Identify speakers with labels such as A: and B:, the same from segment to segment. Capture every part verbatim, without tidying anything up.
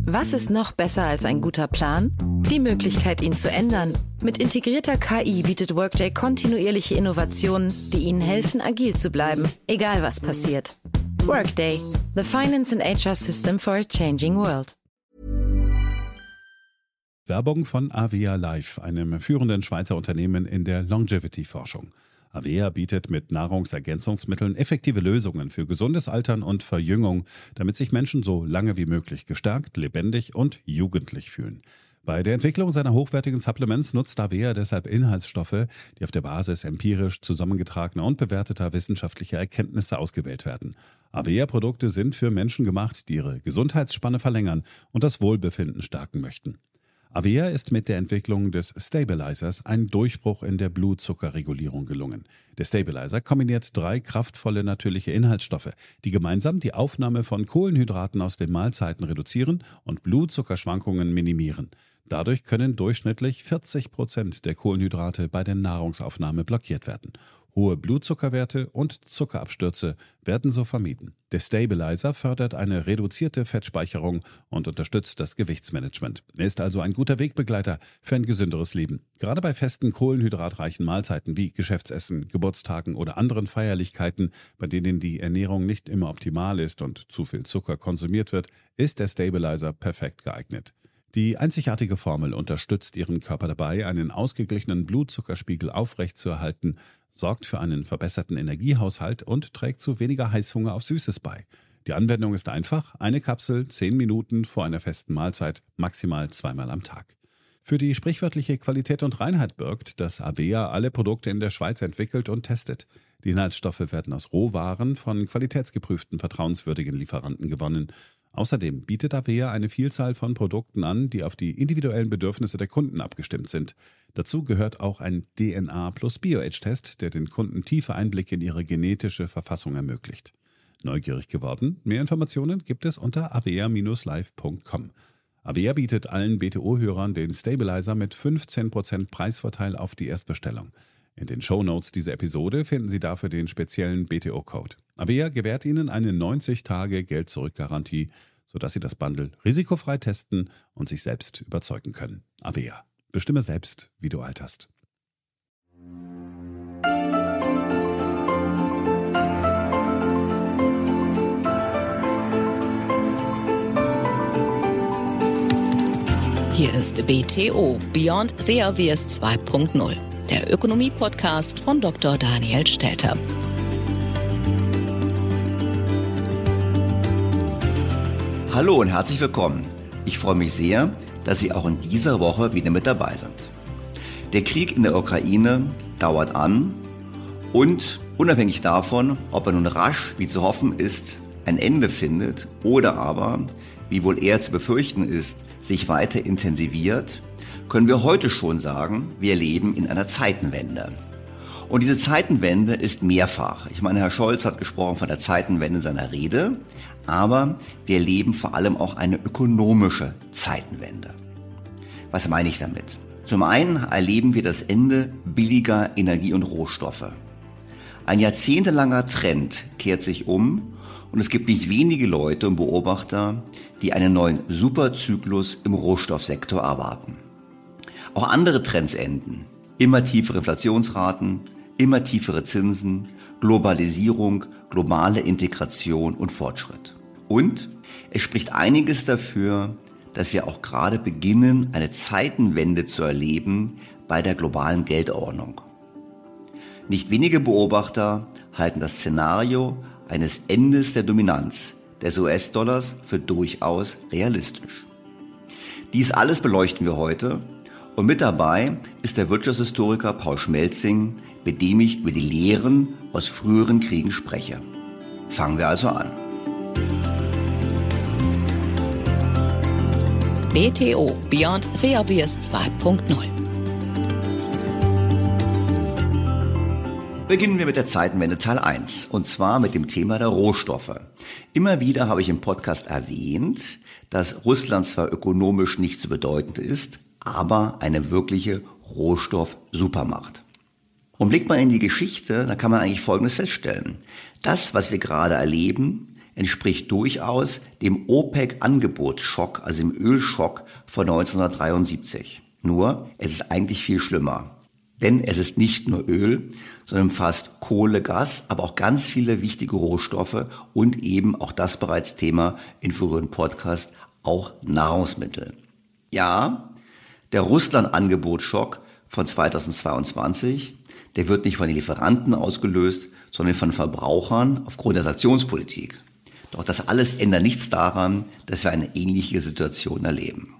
A: Was ist noch besser als ein guter Plan? Die Möglichkeit, ihn zu ändern. Mit integrierter K I bietet Workday kontinuierliche Innovationen, die Ihnen helfen, agil zu bleiben, egal was passiert. Workday, the finance and H R system for a changing world.
B: Werbung von Avea Life, einem führenden Schweizer Unternehmen in der Longevity-Forschung. Avea bietet mit Nahrungsergänzungsmitteln effektive Lösungen für gesundes Altern und Verjüngung, damit sich Menschen so lange wie möglich gestärkt, lebendig und jugendlich fühlen. Bei der Entwicklung seiner hochwertigen Supplements nutzt Avea deshalb Inhaltsstoffe, die auf der Basis empirisch zusammengetragener und bewerteter wissenschaftlicher Erkenntnisse ausgewählt werden. Avea-Produkte sind für Menschen gemacht, die ihre Gesundheitsspanne verlängern und das Wohlbefinden stärken möchten. Avea ist mit der Entwicklung des Stabilizers ein Durchbruch in der Blutzuckerregulierung gelungen. Der Stabilizer kombiniert drei kraftvolle natürliche Inhaltsstoffe, die gemeinsam die Aufnahme von Kohlenhydraten aus den Mahlzeiten reduzieren und Blutzuckerschwankungen minimieren. Dadurch können durchschnittlich vierzig Prozent der Kohlenhydrate bei der Nahrungsaufnahme blockiert werden. Hohe Blutzuckerwerte und Zuckerabstürze werden so vermieden. Der Stabilizer fördert eine reduzierte Fettspeicherung und unterstützt das Gewichtsmanagement. Er ist also ein guter Wegbegleiter für ein gesünderes Leben. Gerade bei festen kohlenhydratreichen Mahlzeiten wie Geschäftsessen, Geburtstagen oder anderen Feierlichkeiten, bei denen die Ernährung nicht immer optimal ist und zu viel Zucker konsumiert wird, ist der Stabilizer perfekt geeignet. Die einzigartige Formel unterstützt Ihren Körper dabei, einen ausgeglichenen Blutzuckerspiegel aufrechtzuerhalten, sorgt für einen verbesserten Energiehaushalt und trägt zu weniger Heißhunger auf Süßes bei. Die Anwendung ist einfach: eine Kapsel, zehn Minuten vor einer festen Mahlzeit, maximal zweimal am Tag. Für die sprichwörtliche Qualität und Reinheit birgt, dass Avea alle Produkte in der Schweiz entwickelt und testet. Die Inhaltsstoffe werden aus Rohwaren von qualitätsgeprüften, vertrauenswürdigen Lieferanten gewonnen. Außerdem bietet Avea eine Vielzahl von Produkten an, die auf die individuellen Bedürfnisse der Kunden abgestimmt sind. Dazu gehört auch ein D N A plus Bio-Age-Test, der den Kunden tiefe Einblicke in ihre genetische Verfassung ermöglicht. Neugierig geworden? Mehr Informationen gibt es unter avea Bindestrich live Punkt com. Avea bietet allen B T O-Hörern den Stabilizer mit fünfzehn Prozent Preisvorteil auf die Erstbestellung. In den Shownotes dieser Episode finden Sie dafür den speziellen B T O-Code. Avea gewährt Ihnen eine neunzig Tage Geld-Zurück-Garantie, sodass Sie das Bundle risikofrei testen und sich selbst überzeugen können. Avea. Bestimme selbst, wie du alterst.
C: Hier ist B T O, Beyond the Obvious zwei Punkt null, der Ökonomie-Podcast von Doktor Daniel Stelter.
D: Hallo und herzlich willkommen. Ich freue mich sehr, dass Sie auch in dieser Woche wieder mit dabei sind. Der Krieg in der Ukraine dauert an und unabhängig davon, ob er nun rasch, wie zu hoffen ist, ein Ende findet oder aber, wie wohl eher zu befürchten ist, sich weiter intensiviert, können wir heute schon sagen, wir leben in einer Zeitenwende. Und diese Zeitenwende ist mehrfach. Ich meine, Herr Scholz hat gesprochen von der Zeitenwende in seiner Rede, aber wir erleben vor allem auch eine ökonomische Zeitenwende. Was meine ich damit? Zum einen erleben wir das Ende billiger Energie und Rohstoffe. Ein jahrzehntelanger Trend kehrt sich um und es gibt nicht wenige Leute und Beobachter, die einen neuen Superzyklus im Rohstoffsektor erwarten. Auch andere Trends enden. Immer tiefere Inflationsraten, immer tiefere Zinsen, Globalisierung, globale Integration und Fortschritt. Und es spricht einiges dafür, dass wir auch gerade beginnen, eine Zeitenwende zu erleben bei der globalen Geldordnung. Nicht wenige Beobachter halten das Szenario eines Endes der Dominanz des U S-Dollars für durchaus realistisch. Dies alles beleuchten wir heute. Und mit dabei ist der Wirtschaftshistoriker Paul Schmelzing, mit dem ich über die Lehren aus früheren Kriegen spreche. Fangen wir also an.
C: B T O, Beyond the Obvious zwei Punkt null.
D: Beginnen wir mit der Zeitenwende Teil eins, und zwar mit dem Thema der Rohstoffe. Immer wieder habe ich im Podcast erwähnt, dass Russland zwar ökonomisch nicht so bedeutend ist, aber eine wirkliche Rohstoff-Supermacht. Und blickt man in die Geschichte, dann kann man eigentlich Folgendes feststellen. Das, was wir gerade erleben, entspricht durchaus dem OPEC-Angebotsschock, also dem Ölschock von neunzehnhundertdreiundsiebzig. Nur, es ist eigentlich viel schlimmer. Denn es ist nicht nur Öl, sondern fast Kohle, Gas, aber auch ganz viele wichtige Rohstoffe und eben auch das bereits Thema in früheren Podcasts, auch Nahrungsmittel. Ja, der Russland-Angebotsschock von zweitausendzweiundzwanzig, der wird nicht von den Lieferanten ausgelöst, sondern von Verbrauchern aufgrund der Sanktionspolitik. Doch das alles ändert nichts daran, dass wir eine ähnliche Situation erleben.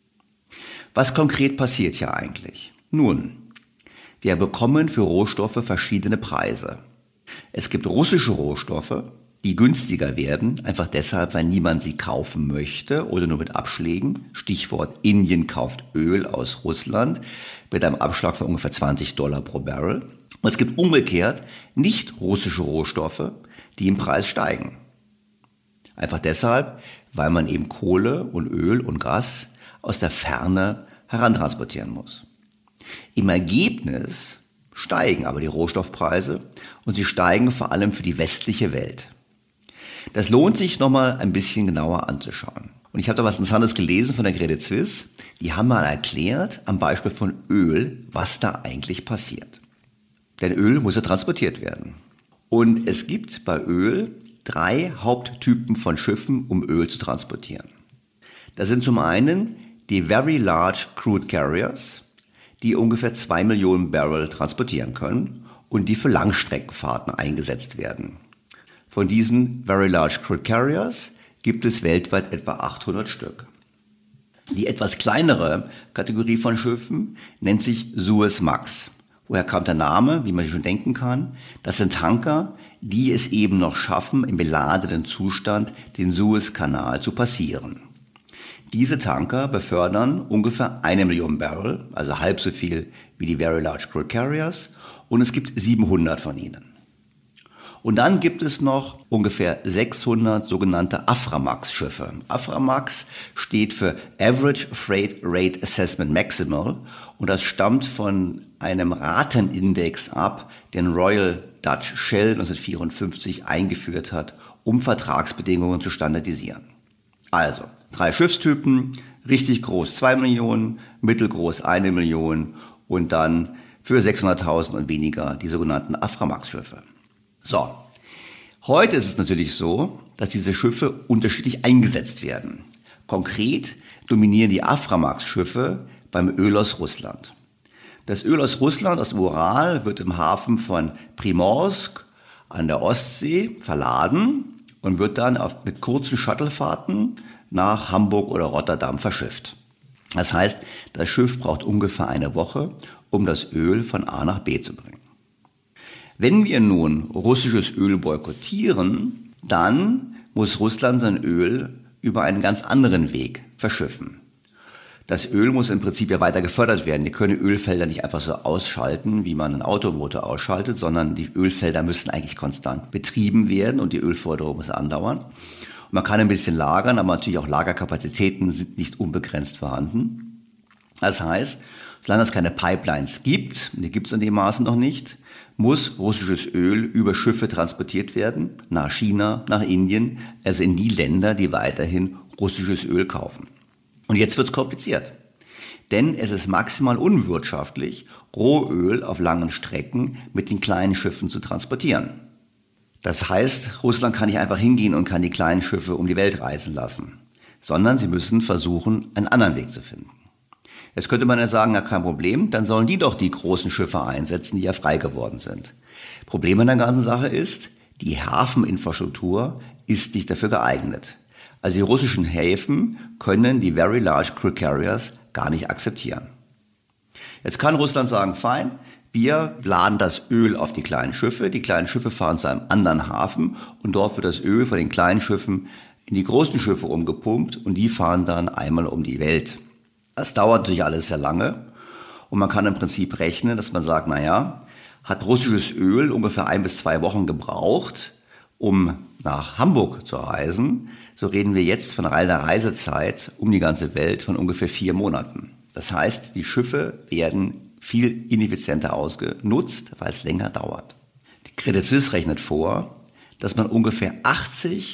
D: Was konkret passiert hier eigentlich? Nun, wir bekommen für Rohstoffe verschiedene Preise. Es gibt russische Rohstoffe, die günstiger werden, einfach deshalb, weil niemand sie kaufen möchte oder nur mit Abschlägen. Stichwort Indien kauft Öl aus Russland mit einem Abschlag von ungefähr zwanzig Dollar pro Barrel. Und es gibt umgekehrt nicht russische Rohstoffe, die im Preis steigen. Einfach deshalb, weil man eben Kohle und Öl und Gas aus der Ferne herantransportieren muss. Im Ergebnis steigen aber die Rohstoffpreise und sie steigen vor allem für die westliche Welt. Das lohnt sich nochmal ein bisschen genauer anzuschauen. Und ich habe da was Interessantes gelesen von der Credit Suisse. Die haben mal erklärt, am Beispiel von Öl, was da eigentlich passiert. Denn Öl muss ja transportiert werden. Und es gibt bei Öl drei Haupttypen von Schiffen, um Öl zu transportieren. Das sind zum einen die Very Large Crude Carriers, die ungefähr zwei Millionen Barrel transportieren können und die für Langstreckenfahrten eingesetzt werden. Von diesen Very Large Crude Carriers gibt es weltweit etwa achthundert Stück. Die etwas kleinere Kategorie von Schiffen nennt sich Suezmax. Woher kam der Name? Wie man sich schon denken kann. Das sind Tanker, die es eben noch schaffen, im beladenen Zustand den Suezkanal zu passieren. Diese Tanker befördern ungefähr eine Million Barrel, also halb so viel wie die Very Large Crude Carriers, und es gibt siebenhundert von ihnen. Und dann gibt es noch ungefähr sechshundert sogenannte Aframax-Schiffe. Aframax steht für Average Freight Rate Assessment Maximal und das stammt von einem Ratenindex ab, den Royal Dutch Shell neunzehnhundertvierundfünfzig eingeführt hat, um Vertragsbedingungen zu standardisieren. Also, drei Schiffstypen, richtig groß zwei Millionen, mittelgroß eine Million und dann für sechshunderttausend und weniger die sogenannten Aframax-Schiffe. So, heute ist es natürlich so, dass diese Schiffe unterschiedlich eingesetzt werden. Konkret dominieren die Aframax-Schiffe beim Öl aus Russland. Das Öl aus Russland, aus dem Ural, wird im Hafen von Primorsk an der Ostsee verladen und wird dann auf, mit kurzen Shuttlefahrten nach Hamburg oder Rotterdam verschifft. Das heißt, das Schiff braucht ungefähr eine Woche, um das Öl von A nach B zu bringen. Wenn wir nun russisches Öl boykottieren, dann muss Russland sein Öl über einen ganz anderen Weg verschiffen. Das Öl muss im Prinzip ja weiter gefördert werden. Die können Ölfelder nicht einfach so ausschalten, wie man einen Automotor ausschaltet, sondern die Ölfelder müssen eigentlich konstant betrieben werden und die Ölförderung muss andauern. Und man kann ein bisschen lagern, aber natürlich auch Lagerkapazitäten sind nicht unbegrenzt vorhanden. Das heißt, solange es keine Pipelines gibt, und die gibt es in dem Maße noch nicht, muss russisches Öl über Schiffe transportiert werden, nach China, nach Indien, also in die Länder, die weiterhin russisches Öl kaufen. Und jetzt wird's kompliziert, denn es ist maximal unwirtschaftlich, Rohöl auf langen Strecken mit den kleinen Schiffen zu transportieren. Das heißt, Russland kann nicht einfach hingehen und kann die kleinen Schiffe um die Welt reisen lassen, sondern sie müssen versuchen, einen anderen Weg zu finden. Jetzt könnte man ja sagen, na kein Problem, dann sollen die doch die großen Schiffe einsetzen, die ja frei geworden sind. Problem an der ganzen Sache ist, die Hafeninfrastruktur ist nicht dafür geeignet. Also die russischen Häfen können die Very Large Crude Carriers gar nicht akzeptieren. Jetzt kann Russland sagen, fein, wir laden das Öl auf die kleinen Schiffe, die kleinen Schiffe fahren zu einem anderen Hafen und dort wird das Öl von den kleinen Schiffen in die großen Schiffe umgepumpt und die fahren dann einmal um die Welt. Das dauert natürlich alles sehr lange und man kann im Prinzip rechnen, dass man sagt, naja, hat russisches Öl ungefähr ein bis zwei Wochen gebraucht, um nach Hamburg zu reisen, so reden wir jetzt von einer Reisezeit um die ganze Welt von ungefähr vier Monaten. Das heißt, die Schiffe werden viel ineffizienter ausgenutzt, weil es länger dauert. Die Credit Suisse rechnet vor, dass man ungefähr achtzig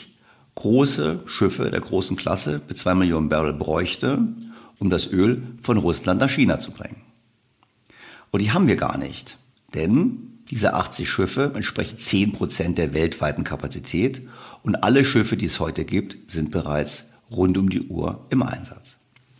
D: große Schiffe der großen Klasse mit zwei Millionen Barrel bräuchte, um das Öl von Russland nach China zu bringen. Und die haben wir gar nicht, denn diese achtzig Schiffe entsprechen zehn Prozent der weltweiten Kapazität und alle Schiffe, die es heute gibt, sind bereits rund um die Uhr im Einsatz.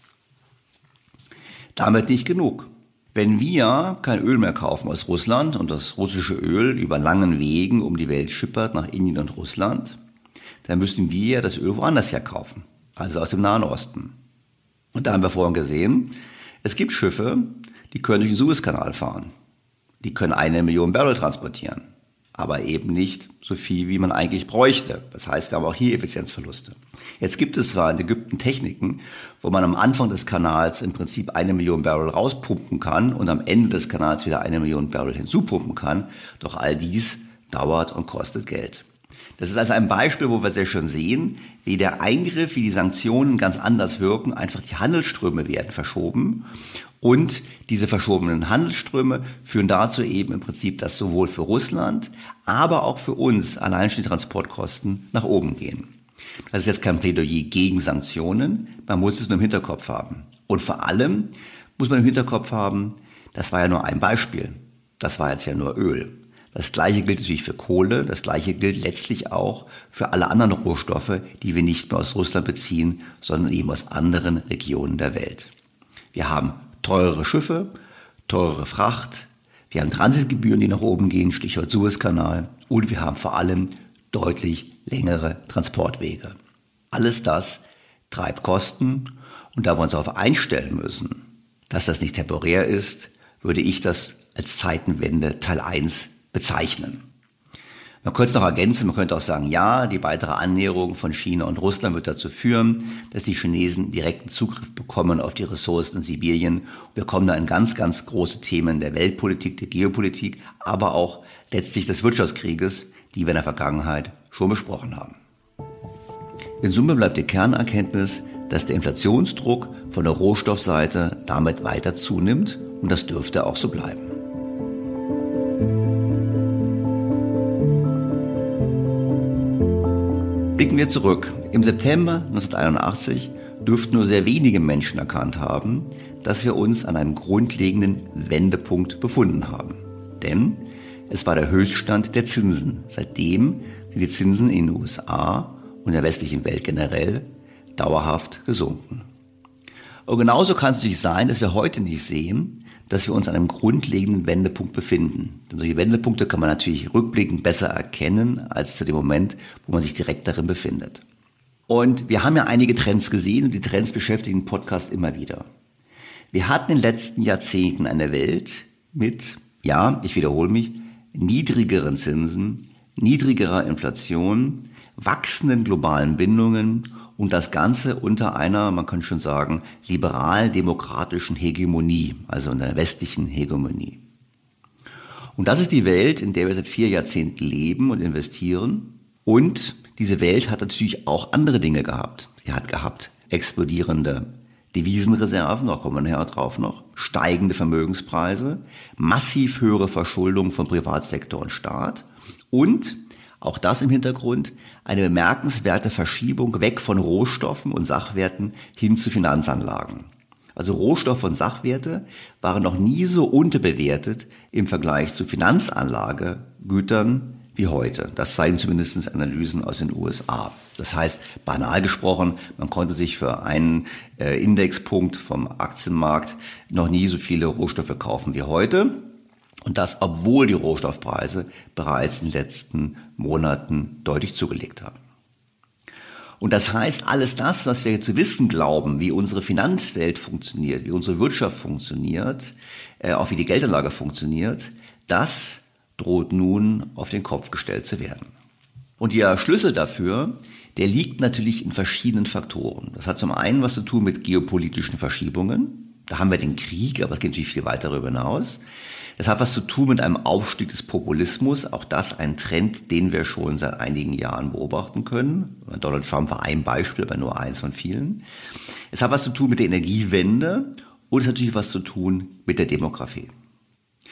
D: Damit nicht genug. Wenn wir kein Öl mehr kaufen aus Russland und das russische Öl über langen Wegen um die Welt schippert nach Indien und Russland, dann müssen wir das Öl woanders herkaufen, also aus dem Nahen Osten. Und da haben wir vorhin gesehen, es gibt Schiffe, die können durch den Suezkanal fahren. Die können eine Million Barrel transportieren, aber eben nicht so viel, wie man eigentlich bräuchte. Das heißt, wir haben auch hier Effizienzverluste. Jetzt gibt es zwar in Ägypten Techniken, wo man am Anfang des Kanals im Prinzip eine Million Barrel rauspumpen kann und am Ende des Kanals wieder eine Million Barrel hinzupumpen kann, doch all dies dauert und kostet Geld. Das ist also ein Beispiel, wo wir sehr schön sehen, wie der Eingriff, wie die Sanktionen ganz anders wirken. Einfach die Handelsströme werden verschoben. Und diese verschobenen Handelsströme führen dazu eben im Prinzip, dass sowohl für Russland, aber auch für uns allein schon die Transportkosten nach oben gehen. Das ist jetzt kein Plädoyer gegen Sanktionen, man muss es nur im Hinterkopf haben. Und vor allem muss man im Hinterkopf haben, das war ja nur ein Beispiel, das war jetzt ja nur Öl. Das Gleiche gilt natürlich für Kohle, das Gleiche gilt letztlich auch für alle anderen Rohstoffe, die wir nicht mehr aus Russland beziehen, sondern eben aus anderen Regionen der Welt. Wir haben teurere Schiffe, teurere Fracht, wir haben Transitgebühren, die nach oben gehen, Stichwort Suezkanal, und wir haben vor allem deutlich längere Transportwege. Alles das treibt Kosten, und da wir uns darauf einstellen müssen, dass das nicht temporär ist, würde ich das als Zeitenwende Teil eins bezeichnen. Man könnte es noch ergänzen, man könnte auch sagen, ja, die weitere Annäherung von China und Russland wird dazu führen, dass die Chinesen direkten Zugriff bekommen auf die Ressourcen in Sibirien. Wir kommen da in ganz, ganz große Themen der Weltpolitik, der Geopolitik, aber auch letztlich des Wirtschaftskrieges, die wir in der Vergangenheit schon besprochen haben. In Summe bleibt die Kernerkenntnis, dass der Inflationsdruck von der Rohstoffseite damit weiter zunimmt, und das dürfte auch so bleiben. Blicken wir zurück. Im September neunzehnhunderteinundachtzig dürften nur sehr wenige Menschen erkannt haben, dass wir uns an einem grundlegenden Wendepunkt befunden haben. Denn es war der Höchststand der Zinsen. Seitdem sind die Zinsen in den U S A und der westlichen Welt generell dauerhaft gesunken. Und genauso kann es natürlich sein, dass wir heute nicht sehen, dass wir uns an einem grundlegenden Wendepunkt befinden. Denn solche Wendepunkte kann man natürlich rückblickend besser erkennen, als zu dem Moment, wo man sich direkt darin befindet. Und wir haben ja einige Trends gesehen, und die Trends beschäftigen den Podcast immer wieder. Wir hatten in den letzten Jahrzehnten eine Welt mit, ja, ich wiederhole mich, niedrigeren Zinsen, niedrigerer Inflation, wachsenden globalen Bindungen und das Ganze unter einer, man kann schon sagen, liberal-demokratischen Hegemonie, also einer westlichen Hegemonie. Und das ist die Welt, in der wir seit vier Jahrzehnten leben und investieren. Und diese Welt hat natürlich auch andere Dinge gehabt. Sie hat gehabt explodierende Devisenreserven, da kommen wir nachher drauf noch, steigende Vermögenspreise, massiv höhere Verschuldung von Privatsektor und Staat und auch das im Hintergrund, eine bemerkenswerte Verschiebung weg von Rohstoffen und Sachwerten hin zu Finanzanlagen. Also Rohstoffe und Sachwerte waren noch nie so unterbewertet im Vergleich zu Finanzanlagegütern wie heute. Das zeigen zumindest Analysen aus den U S A. Das heißt, banal gesprochen, man konnte sich für einen äh, Indexpunkt vom Aktienmarkt noch nie so viele Rohstoffe kaufen wie heute. Und das, obwohl die Rohstoffpreise bereits in den letzten Monaten deutlich zugelegt haben. Und das heißt, alles das, was wir zu wissen glauben, wie unsere Finanzwelt funktioniert, wie unsere Wirtschaft funktioniert, äh, auch wie die Geldanlage funktioniert, das droht nun auf den Kopf gestellt zu werden. Und der Schlüssel dafür, der liegt natürlich in verschiedenen Faktoren. Das hat zum einen was zu tun mit geopolitischen Verschiebungen. Da haben wir den Krieg, aber es geht natürlich viel weiter darüber hinaus. Das hat was zu tun mit einem Aufstieg des Populismus. Auch das ein Trend, den wir schon seit einigen Jahren beobachten können. Donald Trump war ein Beispiel, aber nur eins von vielen. Es hat was zu tun mit der Energiewende und es hat natürlich was zu tun mit der Demografie.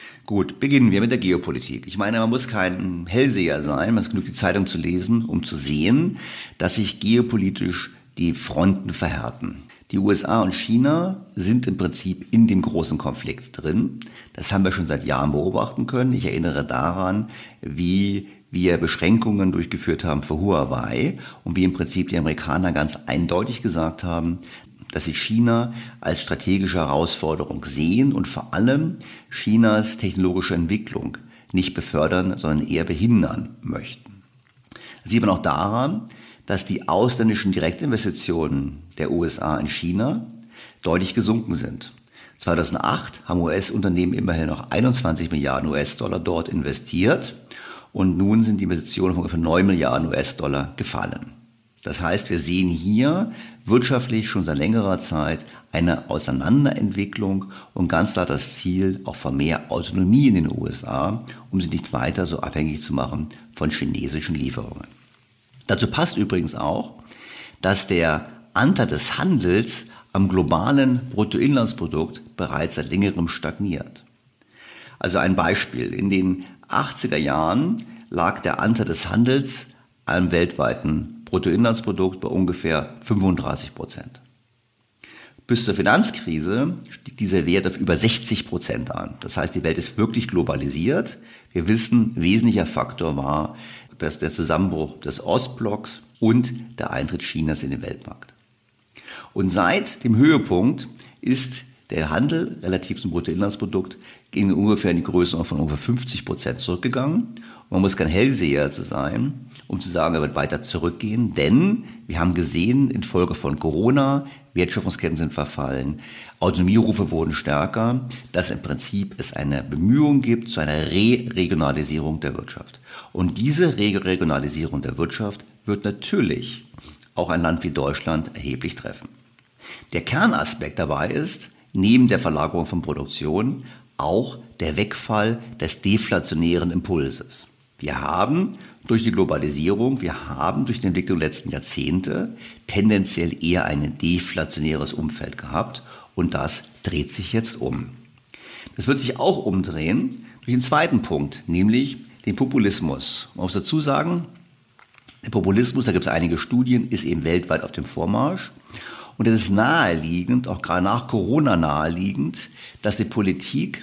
D: Gut, beginnen wir mit der Geopolitik. Ich meine, man muss kein Hellseher sein, man muss genug die Zeitung zu lesen, um zu sehen, dass sich geopolitisch die Fronten verhärten. Die U S A und China sind im Prinzip in dem großen Konflikt drin. Das haben wir schon seit Jahren beobachten können. Ich erinnere daran, wie wir Beschränkungen durchgeführt haben für Huawei und wie im Prinzip die Amerikaner ganz eindeutig gesagt haben, dass sie China als strategische Herausforderung sehen und vor allem Chinas technologische Entwicklung nicht befördern, sondern eher behindern möchten. Das sieht man auch daran, dass die ausländischen Direktinvestitionen der U S A in China deutlich gesunken sind. zweitausendacht haben U S-Unternehmen immerhin noch einundzwanzig Milliarden U S-Dollar dort investiert und nun sind die Investitionen von ungefähr neun Milliarden U S-Dollar gefallen. Das heißt, wir sehen hier wirtschaftlich schon seit längerer Zeit eine Auseinanderentwicklung und ganz klar das Ziel auch von mehr Autonomie in den U S A, um sie nicht weiter so abhängig zu machen von chinesischen Lieferungen. Dazu passt übrigens auch, dass der Anteil des Handels am globalen Bruttoinlandsprodukt bereits seit längerem stagniert. Also ein Beispiel. In den achtziger Jahren lag der Anteil des Handels am weltweiten Bruttoinlandsprodukt bei ungefähr fünfunddreißig Prozent. Bis zur Finanzkrise stieg dieser Wert auf über sechzig Prozent an. Das heißt, die Welt ist wirklich globalisiert. Wir wissen, ein wesentlicher Faktor war dass der Zusammenbruch des Ostblocks und der Eintritt Chinas in den Weltmarkt. Und seit dem Höhepunkt ist der Handel relativ zum Bruttoinlandsprodukt gegen ungefähr in die Größenordnung von ungefähr fünfzig Prozent zurückgegangen. Und man muss kein Hellseher zu sein, um zu sagen, er wird weiter zurückgehen, denn wir haben gesehen, infolge von Corona, Wertschöpfungsketten sind verfallen, Autonomierufe wurden stärker, dass im Prinzip es eine Bemühung gibt zu einer Re-Regionalisierung der Wirtschaft. Und diese Re-Regionalisierung der Wirtschaft wird natürlich auch ein Land wie Deutschland erheblich treffen. Der Kernaspekt dabei ist, neben der Verlagerung von Produktion, auch der Wegfall des deflationären Impulses. Wir haben durch die Globalisierung, wir haben durch die Entwicklung der letzten Jahrzehnte tendenziell eher ein deflationäres Umfeld gehabt und das dreht sich jetzt um. Das wird sich auch umdrehen durch den zweiten Punkt, nämlich den Populismus. Man muss dazu sagen, der Populismus, da gibt es einige Studien, ist eben weltweit auf dem Vormarsch. Und es ist naheliegend, auch gerade nach Corona naheliegend, dass die Politik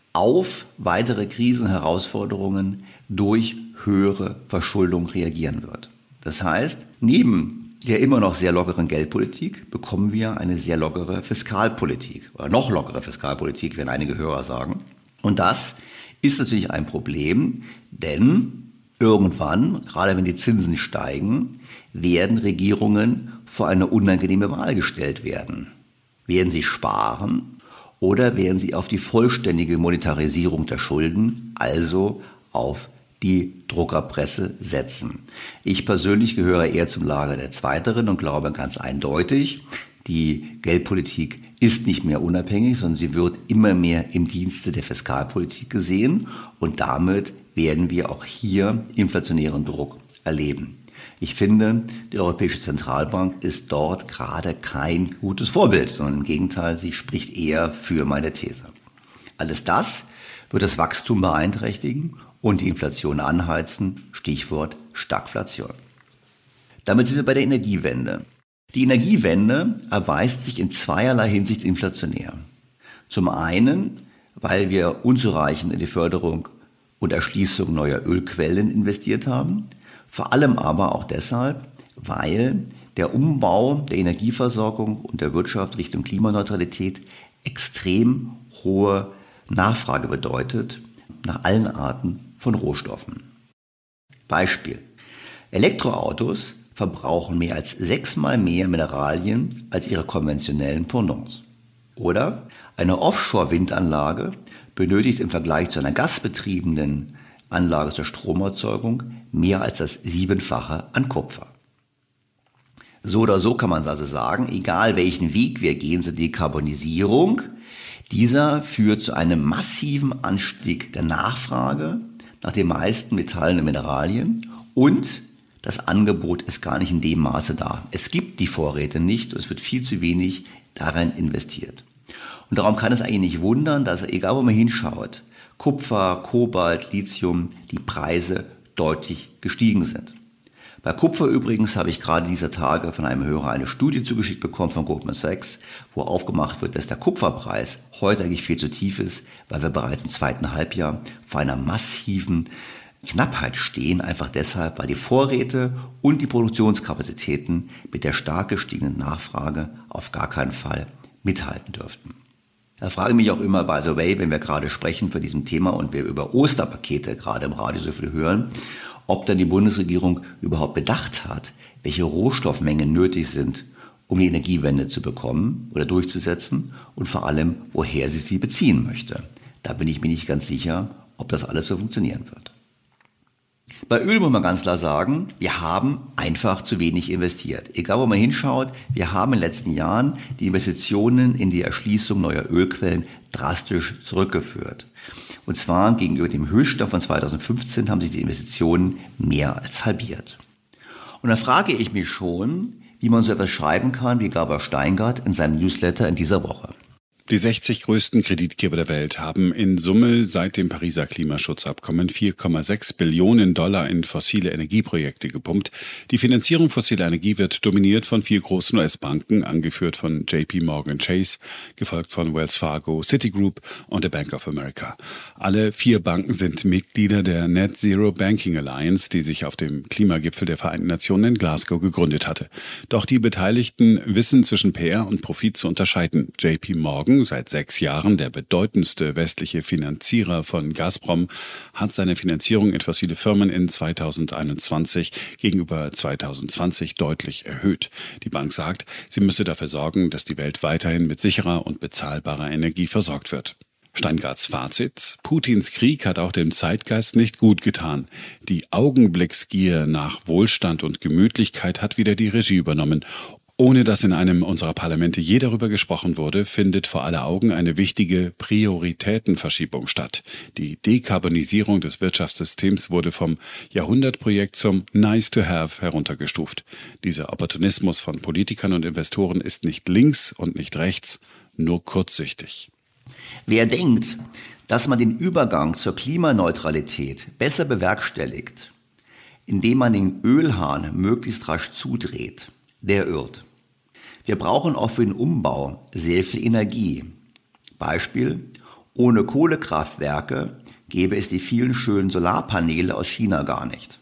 D: auf weitere Krisen und Herausforderungen durch höhere Verschuldung reagieren wird. Das heißt, neben der immer noch sehr lockeren Geldpolitik bekommen wir eine sehr lockere Fiskalpolitik oder noch lockere Fiskalpolitik, werden einige Hörer sagen. Und das ist natürlich ein Problem, denn irgendwann, gerade wenn die Zinsen steigen, werden Regierungen vor eine unangenehme Wahl gestellt werden. Werden sie sparen oder werden sie auf die vollständige Monetarisierung der Schulden, also auf die Druckerpresse setzen? Ich persönlich gehöre eher zum Lager der Zweiteren und glaube ganz eindeutig, die Geldpolitik ist nicht mehr unabhängig, sondern sie wird immer mehr im Dienste der Fiskalpolitik gesehen und damit werden wir auch hier inflationären Druck erleben. Ich finde, die Europäische Zentralbank ist dort gerade kein gutes Vorbild, sondern im Gegenteil, sie spricht eher für meine These. Alles das wird das Wachstum beeinträchtigen und die Inflation anheizen, Stichwort Stagflation. Damit sind wir bei der Energiewende. Die Energiewende erweist sich in zweierlei Hinsicht inflationär. Zum einen, weil wir unzureichend in die Förderung und Erschließung neuer Ölquellen investiert haben, vor allem aber auch deshalb, weil der Umbau der Energieversorgung und der Wirtschaft Richtung Klimaneutralität extrem hohe Nachfrage bedeutet, nach allen Arten von Rohstoffen. Beispiel: Elektroautos verbrauchen mehr als sechsmal mehr Mineralien als ihre konventionellen Pendants. Oder eine Offshore-Windanlage benötigt im Vergleich zu einer gasbetriebenen Anlage zur Stromerzeugung mehr als das Siebenfache an Kupfer. So oder so kann man also sagen, egal welchen Weg wir gehen zur Dekarbonisierung, dieser führt zu einem massiven Anstieg der Nachfrage nach den meisten Metallen und Mineralien und das Angebot ist gar nicht in dem Maße da. Es gibt die Vorräte nicht und es wird viel zu wenig darin investiert. Und darum kann es eigentlich nicht wundern, dass, egal wo man hinschaut, Kupfer, Kobalt, Lithium die Preise deutlich gestiegen sind. Bei Kupfer übrigens habe ich gerade dieser Tage von einem Hörer eine Studie zugeschickt bekommen von Goldman Sachs, wo aufgemacht wird, dass der Kupferpreis heute eigentlich viel zu tief ist, weil wir bereits im zweiten Halbjahr vor einer massiven Knappheit stehen, einfach deshalb, weil die Vorräte und die Produktionskapazitäten mit der stark gestiegenen Nachfrage auf gar keinen Fall mithalten dürften. Da frage ich mich auch immer, by the way, wenn wir gerade sprechen für diesem Thema und wir über Osterpakete gerade im Radio so viel hören, ob dann die Bundesregierung überhaupt bedacht hat, welche Rohstoffmengen nötig sind, um die Energiewende zu bekommen oder durchzusetzen und vor allem, woher sie sie beziehen möchte. Da bin ich mir nicht ganz sicher, ob das alles so funktionieren wird. Bei Öl muss man ganz klar sagen, wir haben einfach zu wenig investiert. Egal wo man hinschaut, wir haben in den letzten Jahren die Investitionen in die Erschließung neuer Ölquellen drastisch zurückgeführt. Und zwar gegenüber dem Höchststand von zweitausendfünfzehn haben sich die Investitionen mehr als halbiert. Und da frage ich mich schon, wie man so etwas schreiben kann wie Gabor Steingart in seinem Newsletter in dieser Woche.
B: Die sechzig größten Kreditgeber der Welt haben in Summe seit dem Pariser Klimaschutzabkommen vier Komma sechs Billionen Dollar in fossile Energieprojekte gepumpt. Die Finanzierung fossiler Energie wird dominiert von vier großen U S-Banken, angeführt von J P Morgan Chase, gefolgt von Wells Fargo, Citigroup und der Bank of America. Alle vier Banken sind Mitglieder der Net Zero Banking Alliance, die sich auf dem Klimagipfel der Vereinten Nationen in Glasgow gegründet hatte. Doch die Beteiligten wissen zwischen P R und Profit zu unterscheiden. J P Morgan, seit sechs Jahren der bedeutendste westliche Finanzierer von Gazprom, hat seine Finanzierung in fossile Firmen in zweitausendeinundzwanzig gegenüber zweitausendzwanzig deutlich erhöht. Die Bank sagt, sie müsse dafür sorgen, dass die Welt weiterhin mit sicherer und bezahlbarer Energie versorgt wird. Steingarts Fazit: Putins Krieg hat auch dem Zeitgeist nicht gut getan. Die Augenblicksgier nach Wohlstand und Gemütlichkeit hat wieder die Regie übernommen. Ohne dass in einem unserer Parlamente je darüber gesprochen wurde, findet vor aller Augen eine wichtige Prioritätenverschiebung statt. Die Dekarbonisierung des Wirtschaftssystems wurde vom Jahrhundertprojekt zum Nice-to-have heruntergestuft. Dieser Opportunismus von Politikern und Investoren ist nicht links und nicht rechts, nur kurzsichtig.
D: Wer denkt, dass man den Übergang zur Klimaneutralität besser bewerkstelligt, indem man den Ölhahn möglichst rasch zudreht, der irrt. Wir brauchen auch für den Umbau sehr viel Energie. Beispiel: Ohne Kohlekraftwerke gäbe es die vielen schönen Solarpaneele aus China gar nicht.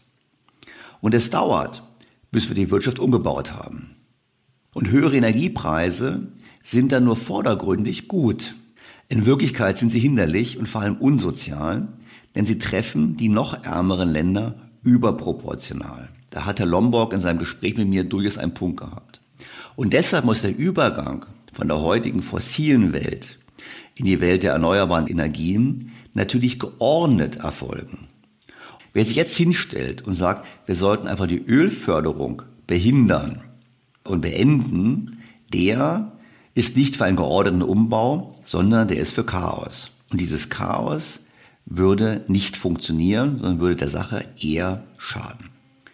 D: Und es dauert, bis wir die Wirtschaft umgebaut haben. Und höhere Energiepreise sind dann nur vordergründig gut. In Wirklichkeit sind sie hinderlich und vor allem unsozial, denn sie treffen die noch ärmeren Länder überproportional. Da hat Herr Lomborg in seinem Gespräch mit mir durchaus einen Punkt gehabt. Und deshalb muss der Übergang von der heutigen fossilen Welt in die Welt der erneuerbaren Energien natürlich geordnet erfolgen. Wer sich jetzt hinstellt und sagt, wir sollten einfach die Ölförderung behindern und beenden, der ist nicht für einen geordneten Umbau, sondern der ist für Chaos. Und dieses Chaos würde nicht funktionieren, sondern würde der Sache eher schaden.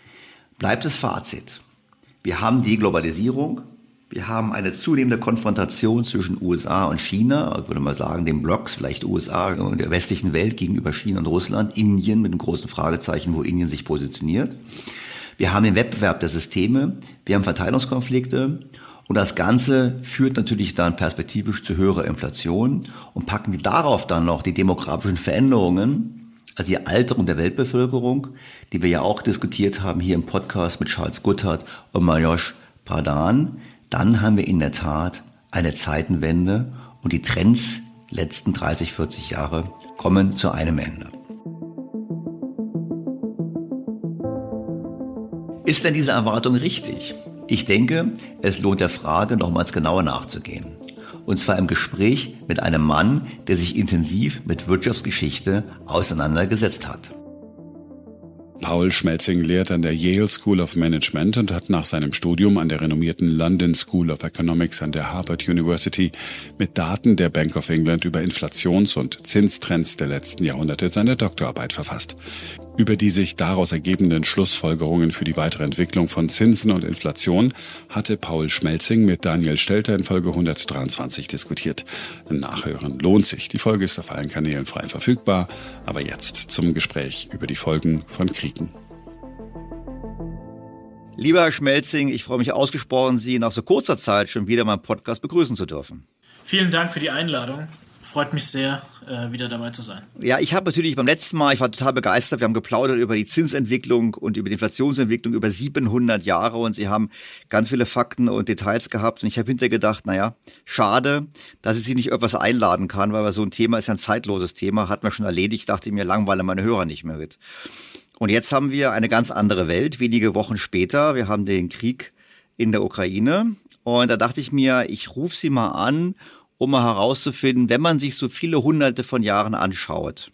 D: Bleibt das Fazit: Wir haben Deglobalisierung, wir haben eine zunehmende Konfrontation zwischen U S A und China, ich würde mal sagen, den Blocks, vielleicht U S A und der westlichen Welt gegenüber China und Russland, Indien mit einem großen Fragezeichen, wo Indien sich positioniert. Wir haben den Wettbewerb der Systeme, wir haben Verteilungskonflikte und das Ganze führt natürlich dann perspektivisch zu höherer Inflation und packen wir darauf dann noch die demografischen Veränderungen, also die Alterung der Weltbevölkerung, die wir ja auch diskutiert haben hier im Podcast mit Charles Goodhart und Majosh Pradhan, dann haben wir in der Tat eine Zeitenwende und die Trends letzten dreißig, vierzig Jahre kommen zu einem Ende. Ist denn diese Erwartung richtig? Ich denke, es lohnt der Frage, nochmals genauer nachzugehen. Und zwar im Gespräch mit einem Mann, der sich intensiv mit Wirtschaftsgeschichte auseinandergesetzt hat.
B: Paul Schmelzing lehrt an der Yale School of Management und hat nach seinem Studium an der renommierten London School of Economics an der Harvard University mit Daten der Bank of England über Inflations- und Zinstrends der letzten Jahrhunderte seine Doktorarbeit verfasst. Über die sich daraus ergebenden Schlussfolgerungen für die weitere Entwicklung von Zinsen und Inflation hatte Paul Schmelzing mit Daniel Stelter in Folge hundertdreiundzwanzig diskutiert. Nachhören lohnt sich. Die Folge ist auf allen Kanälen frei verfügbar. Aber jetzt zum Gespräch über die Folgen von Kriegen.
D: Lieber Herr Schmelzing, ich freue mich ausgesprochen, Sie nach so kurzer Zeit schon wieder meinen Podcast begrüßen zu dürfen.
E: Vielen Dank für die Einladung. Freut mich sehr, wieder dabei zu sein.
D: Ja, ich habe natürlich beim letzten Mal, ich war total begeistert, wir haben geplaudert über die Zinsentwicklung und über die Inflationsentwicklung über siebenhundert Jahre und Sie haben ganz viele Fakten und Details gehabt und ich habe hinterher gedacht, naja, schade, dass ich Sie nicht etwas einladen kann, weil so ein Thema ist ja ein zeitloses Thema, hatten wir schon erledigt, dachte ich mir, langweile meine Hörer nicht mehr mit. Und jetzt haben wir eine ganz andere Welt, wenige Wochen später, wir haben den Krieg in der Ukraine und da dachte ich mir, ich rufe Sie mal an, um mal herauszufinden, wenn man sich so viele hunderte von Jahren anschaut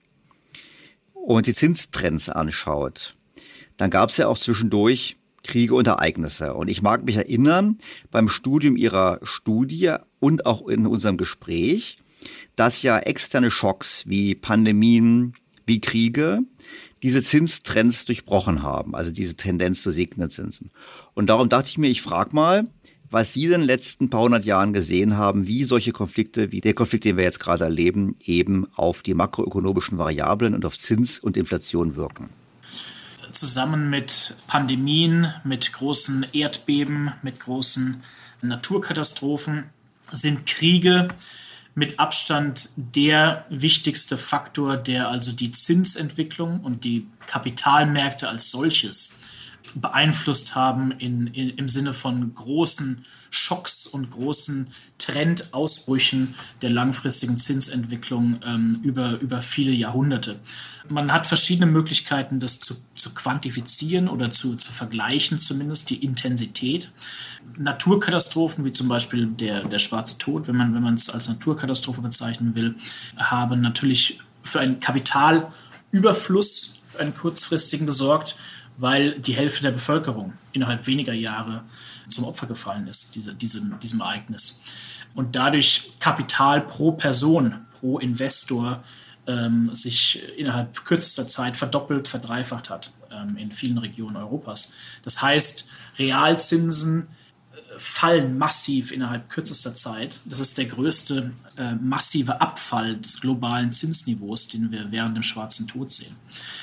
D: und die Zinstrends anschaut, dann gab es ja auch zwischendurch Kriege und Ereignisse. Und ich mag mich erinnern, beim Studium Ihrer Studie und auch in unserem Gespräch, dass ja externe Schocks wie Pandemien, wie Kriege, diese Zinstrends durchbrochen haben, also diese Tendenz zu sinkenden Zinsen. Und darum dachte ich mir, ich frage mal, was Sie in den letzten paar hundert Jahren gesehen haben, wie solche Konflikte, wie der Konflikt, den wir jetzt gerade erleben, eben auf die makroökonomischen Variablen und auf Zins und Inflation wirken.
E: Zusammen mit Pandemien, mit großen Erdbeben, mit großen Naturkatastrophen sind Kriege mit Abstand der wichtigste Faktor, der also die Zinsentwicklung und die Kapitalmärkte als solches beeinflusst haben in, in, im Sinne von großen Schocks und großen Trendausbrüchen der langfristigen Zinsentwicklung ähm, über, über viele Jahrhunderte. Man hat verschiedene Möglichkeiten, das zu, zu quantifizieren oder zu, zu vergleichen, zumindest die Intensität. Naturkatastrophen, wie zum Beispiel der, der Schwarze Tod, wenn man wenn man es als Naturkatastrophe bezeichnen will, haben natürlich für einen Kapitalüberfluss, für einen kurzfristigen gesorgt, weil die Hälfte der Bevölkerung innerhalb weniger Jahre zum Opfer gefallen ist, diese, diesem, diesem Ereignis. Und dadurch Kapital pro Person, pro Investor ähm, sich innerhalb kürzester Zeit verdoppelt, verdreifacht hat ähm, in vielen Regionen Europas. Das heißt, Realzinsen äh, fallen massiv innerhalb kürzester Zeit. Das ist der größte äh, massive Abfall des globalen Zinsniveaus, den wir während dem Schwarzen Tod sehen.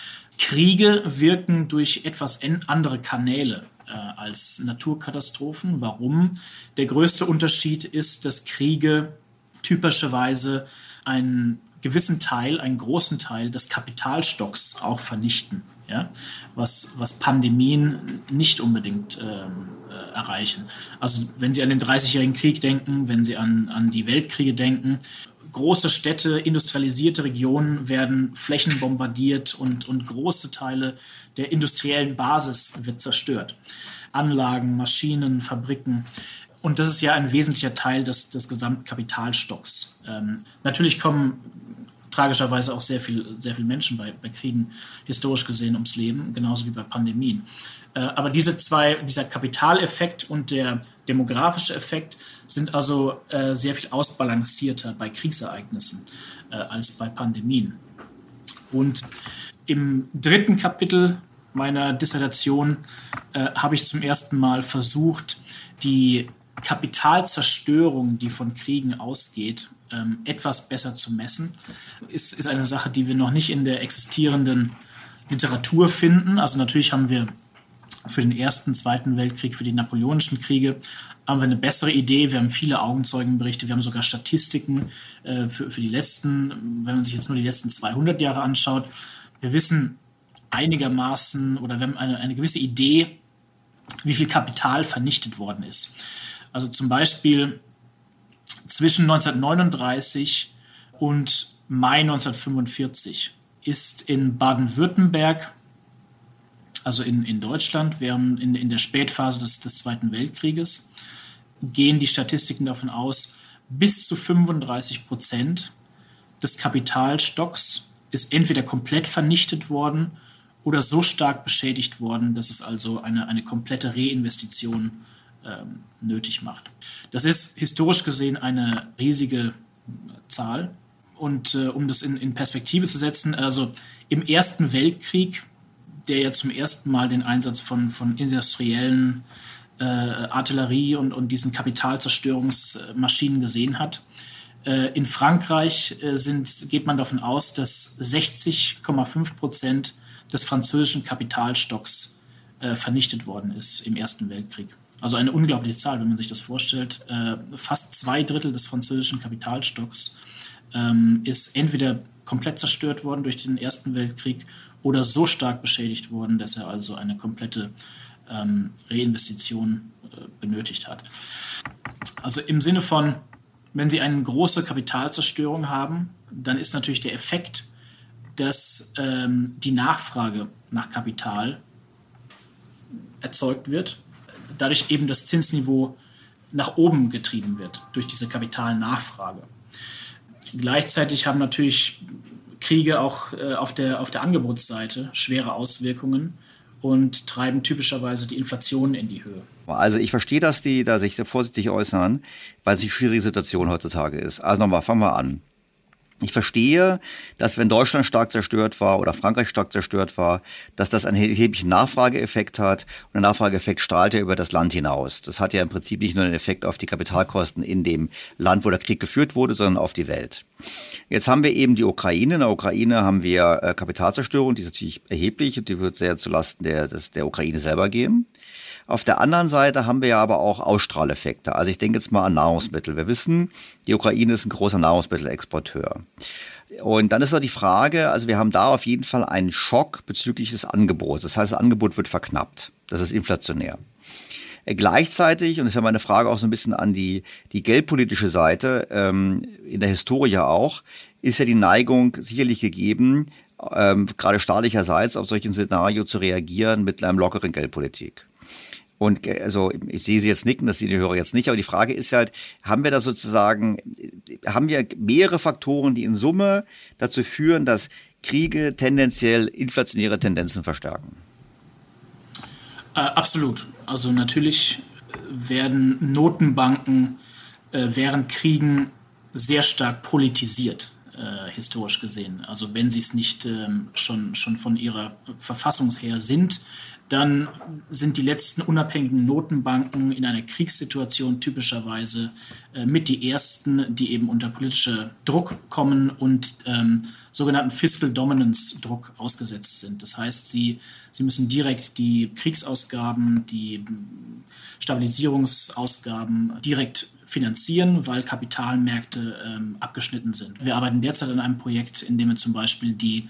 E: Kriege wirken durch etwas andere Kanäle äh, als Naturkatastrophen. Warum? Der größte Unterschied ist, dass Kriege typischerweise einen gewissen Teil, einen großen Teil des Kapitalstocks auch vernichten, ja? was, was Pandemien nicht unbedingt ähm, äh, erreichen. Also wenn Sie an den dreißigjährigen Krieg denken, wenn Sie an, an die Weltkriege denken, große Städte, industrialisierte Regionen werden flächenbombardiert und, und große Teile der industriellen Basis wird zerstört. Anlagen, Maschinen, Fabriken. Und das ist ja ein wesentlicher Teil des, des gesamten Kapitalstocks. Ähm, natürlich kommen tragischerweise auch sehr viel, sehr viele Menschen bei, bei Kriegen historisch gesehen ums Leben, genauso wie bei Pandemien. Äh, aber diese zwei, dieser Kapitaleffekt und der demografische Effekt sind also äh, sehr viel ausbalancierter bei Kriegsereignissen äh, als bei Pandemien. Und im dritten Kapitel meiner Dissertation äh, habe ich zum ersten Mal versucht, die Kapitalzerstörung, die von Kriegen ausgeht, ähm, etwas besser zu messen. Ist, ist eine Sache, die wir noch nicht in der existierenden Literatur finden. Also natürlich haben wir für den Ersten, Zweiten Weltkrieg, für die Napoleonischen Kriege haben wir eine bessere Idee. Wir haben viele Augenzeugenberichte, wir haben sogar Statistiken äh, für, für die letzten, wenn man sich jetzt nur die letzten zweihundert Jahre anschaut. Wir wissen einigermaßen oder wir haben eine, eine gewisse Idee, wie viel Kapital vernichtet worden ist. Also zum Beispiel zwischen neunzehnhundertneununddreißig und Mai neunzehnhundertfünfundvierzig ist in Baden-Württemberg, also in, in Deutschland, während in, in der Spätphase des, des Zweiten Weltkrieges, gehen die Statistiken davon aus, bis zu fünfunddreißig Prozent des Kapitalstocks ist entweder komplett vernichtet worden oder so stark beschädigt worden, dass es also eine, eine komplette Reinvestition ähm, nötig macht. Das ist historisch gesehen eine riesige Zahl. Und äh, um das in, in Perspektive zu setzen, also im Ersten Weltkrieg der ja zum ersten Mal den Einsatz von, von industriellen äh, Artillerie und, und diesen Kapitalzerstörungsmaschinen gesehen hat. Äh, in Frankreich äh, sind, geht man davon aus, dass sechzig Komma fünf Prozent des französischen Kapitalstocks äh, vernichtet worden ist im Ersten Weltkrieg. Also eine unglaubliche Zahl, wenn man sich das vorstellt. Äh, fast zwei Drittel des französischen Kapitalstocks ähm, ist entweder komplett zerstört worden durch den Ersten Weltkrieg oder so stark beschädigt worden, dass er also eine komplette ähm, Reinvestition äh, benötigt hat. Also im Sinne von, wenn Sie eine große Kapitalzerstörung haben, dann ist natürlich der Effekt, dass ähm, die Nachfrage nach Kapital erzeugt wird, dadurch eben das Zinsniveau nach oben getrieben wird durch diese Kapitalnachfrage. Gleichzeitig haben natürlich Kriege auch äh, auf der, auf der Angebotsseite schwere Auswirkungen und treiben typischerweise die Inflation in die Höhe.
D: Also ich verstehe, dass die da sich sehr vorsichtig äußern, weil es eine schwierige Situation heutzutage ist. Also nochmal, fangen wir an. Ich verstehe, dass wenn Deutschland stark zerstört war oder Frankreich stark zerstört war, dass das einen erheblichen Nachfrageeffekt hat. Und der Nachfrageeffekt strahlt ja über das Land hinaus. Das hat ja im Prinzip nicht nur einen Effekt auf die Kapitalkosten in dem Land, wo der Krieg geführt wurde, sondern auf die Welt. Jetzt haben wir eben die Ukraine. In der Ukraine haben wir äh, Kapitalzerstörung, die ist natürlich erheblich und die wird sehr zulasten der, des, der Ukraine selber gehen. Auf der anderen Seite haben wir ja aber auch Ausstrahleffekte. Also ich denke jetzt mal an Nahrungsmittel. Wir wissen, die Ukraine ist ein großer Nahrungsmittelexporteur. Und dann ist noch die Frage, also wir haben da auf jeden Fall einen Schock bezüglich des Angebots. Das heißt, das Angebot wird verknappt. Das ist inflationär. Gleichzeitig, und das wäre meine Frage auch so ein bisschen an die, die geldpolitische Seite, ähm, in der Historie auch, ist ja die Neigung sicherlich gegeben, ähm, gerade staatlicherseits auf solchen Szenario zu reagieren mit einer lockeren Geldpolitik. Und also ich sehe Sie jetzt nicken, das sehen die Hörer jetzt nicht, aber die Frage ist halt, haben wir da sozusagen, haben wir mehrere Faktoren, die in Summe dazu führen, dass Kriege tendenziell inflationäre Tendenzen verstärken?
E: Äh, absolut. Also natürlich werden Notenbanken äh, während Kriegen sehr stark politisiert, äh, historisch gesehen. Also wenn sie es nicht ähm, schon, schon von ihrer Verfassung her sind, dann sind die letzten unabhängigen Notenbanken in einer Kriegssituation typischerweise äh, mit die ersten, die eben unter politischer Druck kommen und ähm, sogenannten Fiscal Dominance Druck ausgesetzt sind. Das heißt, sie, sie müssen direkt die Kriegsausgaben, die Stabilisierungsausgaben direkt finanzieren, weil Kapitalmärkte ähm, abgeschnitten sind. Wir arbeiten derzeit an einem Projekt, in dem wir zum Beispiel die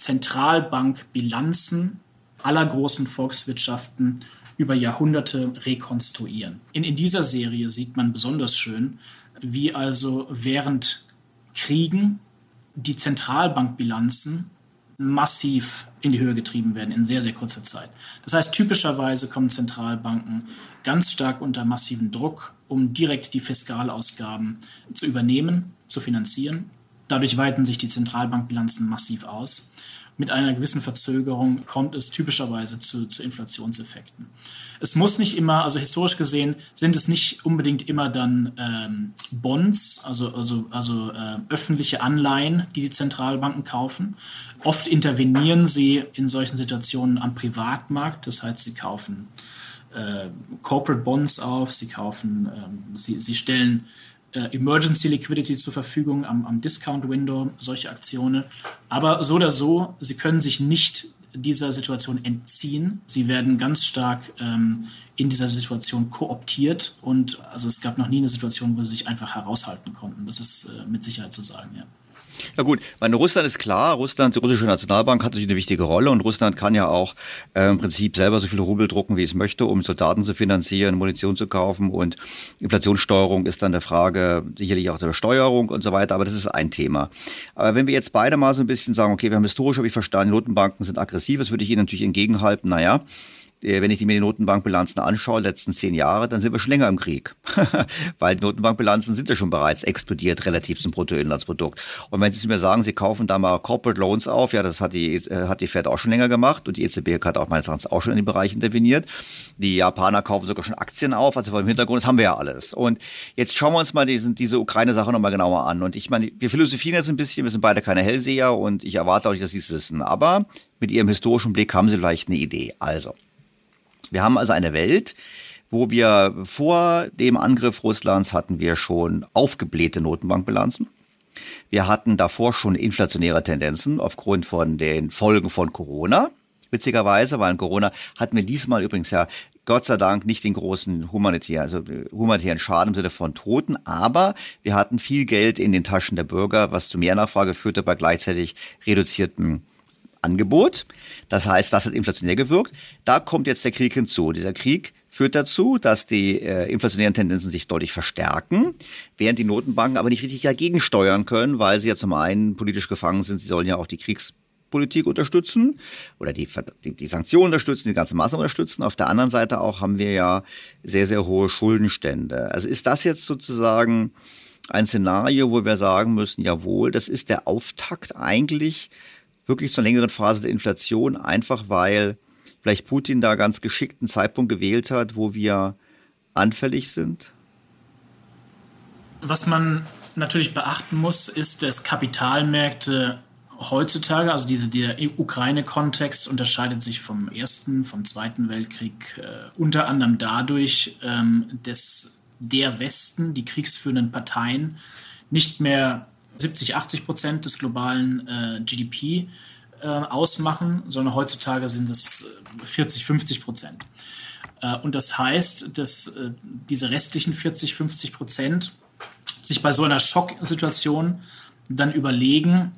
E: Zentralbankbilanzen aller großen Volkswirtschaften über Jahrhunderte rekonstruieren. In, in dieser Serie sieht man besonders schön, wie also während Kriegen die Zentralbankbilanzen massiv in die Höhe getrieben werden in sehr, sehr kurzer Zeit. Das heißt, typischerweise kommen Zentralbanken ganz stark unter massiven Druck, um direkt die Fiskalausgaben zu übernehmen, zu finanzieren. Dadurch weiten sich die Zentralbankbilanzen massiv aus. Mit einer gewissen Verzögerung kommt es typischerweise zu, zu Inflationseffekten. Es muss nicht immer, also historisch gesehen, sind es nicht unbedingt immer dann ähm, Bonds, also, also, also äh, öffentliche Anleihen, die die Zentralbanken kaufen. Oft intervenieren sie in solchen Situationen am Privatmarkt, das heißt, sie kaufen äh, Corporate Bonds auf, sie kaufen, äh, sie, sie stellen Emergency Liquidity zur Verfügung am, am Discount-Window, solche Aktionen. Aber so oder so, sie können sich nicht dieser Situation entziehen. Sie werden ganz stark ähm, in dieser Situation kooptiert. Und also es gab noch nie eine Situation, wo sie sich einfach heraushalten konnten. Das ist äh, mit Sicherheit zu sagen, ja.
D: Ja gut, meine Russland ist klar, Russland, die russische Nationalbank hat natürlich eine wichtige Rolle und Russland kann ja auch äh, im Prinzip selber so viele Rubel drucken, wie es möchte, um Soldaten zu finanzieren, Munition zu kaufen und Inflationssteuerung ist dann eine Frage sicherlich auch der Steuerung und so weiter, aber das ist ein Thema. Aber wenn wir jetzt beide mal so ein bisschen sagen, okay, wir haben historisch, habe ich verstanden, Notenbanken sind aggressiv, das würde ich Ihnen natürlich entgegenhalten, naja, wenn ich mir die Notenbankbilanzen anschaue, die letzten zehn Jahre, dann sind wir schon länger im Krieg. Weil die Notenbankbilanzen sind ja schon bereits explodiert relativ zum Bruttoinlandsprodukt. Und wenn Sie mir sagen, Sie kaufen da mal Corporate Loans auf, ja, das hat die, hat die Fed auch schon länger gemacht und die E Z B hat auch meines Erachtens auch schon in den Bereich interveniert. Die Japaner kaufen sogar schon Aktien auf, also vor dem Hintergrund, das haben wir ja alles. Und jetzt schauen wir uns mal diesen, diese Ukraine-Sache nochmal genauer an. Und ich meine, wir philosophieren jetzt ein bisschen, wir sind beide keine Hellseher und ich erwarte auch nicht, dass Sie es wissen. Aber mit Ihrem historischen Blick haben Sie vielleicht eine Idee. Also, wir haben also eine Welt, wo wir vor dem Angriff Russlands hatten wir schon aufgeblähte Notenbankbilanzen. Wir hatten davor schon inflationäre Tendenzen aufgrund von den Folgen von Corona. Witzigerweise, weil in Corona hatten wir diesmal übrigens ja Gott sei Dank nicht den großen humanitären, also humanitären Schaden im Sinne von Toten, aber wir hatten viel Geld in den Taschen der Bürger, was zu mehr Nachfrage führte bei gleichzeitig reduziertem Angebot. Das heißt, das hat inflationär gewirkt. Da kommt jetzt der Krieg hinzu. Dieser Krieg führt dazu, dass die äh, inflationären Tendenzen sich deutlich verstärken, während die Notenbanken aber nicht richtig dagegen steuern können, weil sie ja zum einen politisch gefangen sind. Sie sollen ja auch die Kriegspolitik unterstützen oder die, die, die Sanktionen unterstützen, die ganze Maßnahmen unterstützen. Auf der anderen Seite auch haben wir ja sehr, sehr hohe Schuldenstände. Also ist das jetzt sozusagen ein Szenario, wo wir sagen müssen, jawohl, das ist der Auftakt eigentlich wirklich zur längeren Phase der Inflation, einfach weil vielleicht Putin da ganz geschickt einen Zeitpunkt gewählt hat, wo wir anfällig sind?
E: Was man natürlich beachten muss, ist, dass Kapitalmärkte heutzutage, also diese, der Ukraine-Kontext unterscheidet sich vom Ersten, vom Zweiten Weltkrieg äh, unter anderem dadurch, ähm, dass der Westen, die kriegsführenden Parteien, nicht mehr siebzig, achtzig Prozent des globalen äh, G D P äh, ausmachen, sondern heutzutage sind es vierzig, fünfzig Prozent. Äh, und das heißt, dass äh, diese restlichen vierzig, fünfzig Prozent sich bei so einer Schocksituation dann überlegen,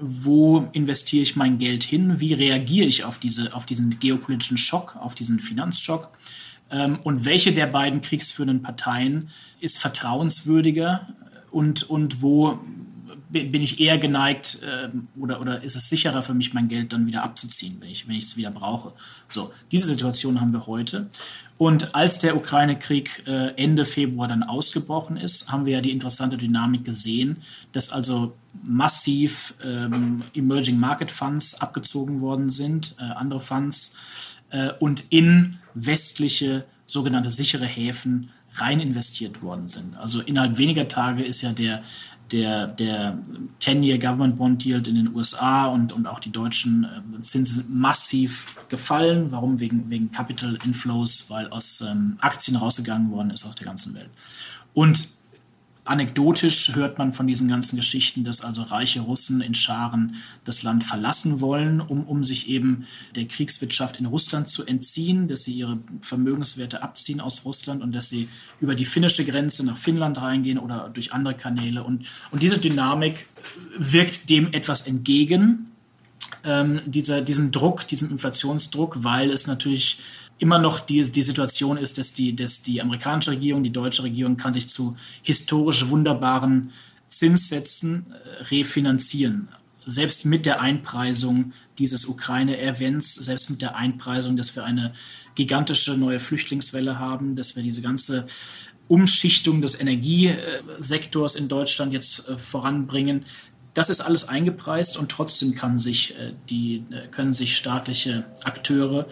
E: wo investiere ich mein Geld hin, wie reagiere ich auf, diese, auf diesen geopolitischen Schock, auf diesen Finanzschock ähm, und welche der beiden kriegsführenden Parteien ist vertrauenswürdiger und, und wo bin ich eher geneigt äh, oder, oder ist es sicherer für mich, mein Geld dann wieder abzuziehen, wenn ich wenn ich es wieder brauche. So, diese Situation haben wir heute. Und als der Ukraine-Krieg äh, Ende Februar dann ausgebrochen ist, haben wir ja die interessante Dynamik gesehen, dass also massiv ähm, Emerging Market Funds abgezogen worden sind, äh, andere Funds, äh, und in westliche sogenannte sichere Häfen rein investiert worden sind. Also innerhalb weniger Tage ist ja der Der, der ten-Year Government Bond Yield in den U S A und, und auch die deutschen äh, Zinsen sind massiv gefallen. Warum? Wegen, wegen Capital Inflows, weil aus ähm, Aktien rausgegangen worden ist auf der ganzen Welt. Und anekdotisch hört man von diesen ganzen Geschichten, dass also reiche Russen in Scharen das Land verlassen wollen, um, um sich eben der Kriegswirtschaft in Russland zu entziehen, dass sie ihre Vermögenswerte abziehen aus Russland und dass sie über die finnische Grenze nach Finnland reingehen oder durch andere Kanäle. Und, und diese Dynamik wirkt dem etwas entgegen, ähm, dieser, diesem Druck, diesem Inflationsdruck, weil es natürlich immer noch die, die Situation ist, dass die, dass die amerikanische Regierung, die deutsche Regierung kann sich zu historisch wunderbaren Zinssätzen äh, refinanzieren. Selbst mit der Einpreisung dieses Ukraine-Events, selbst mit der Einpreisung, dass wir eine gigantische neue Flüchtlingswelle haben, dass wir diese ganze Umschichtung des Energiesektors in Deutschland jetzt äh, voranbringen. Das ist alles eingepreist und trotzdem kann sich, äh, die, äh, können sich staatliche Akteure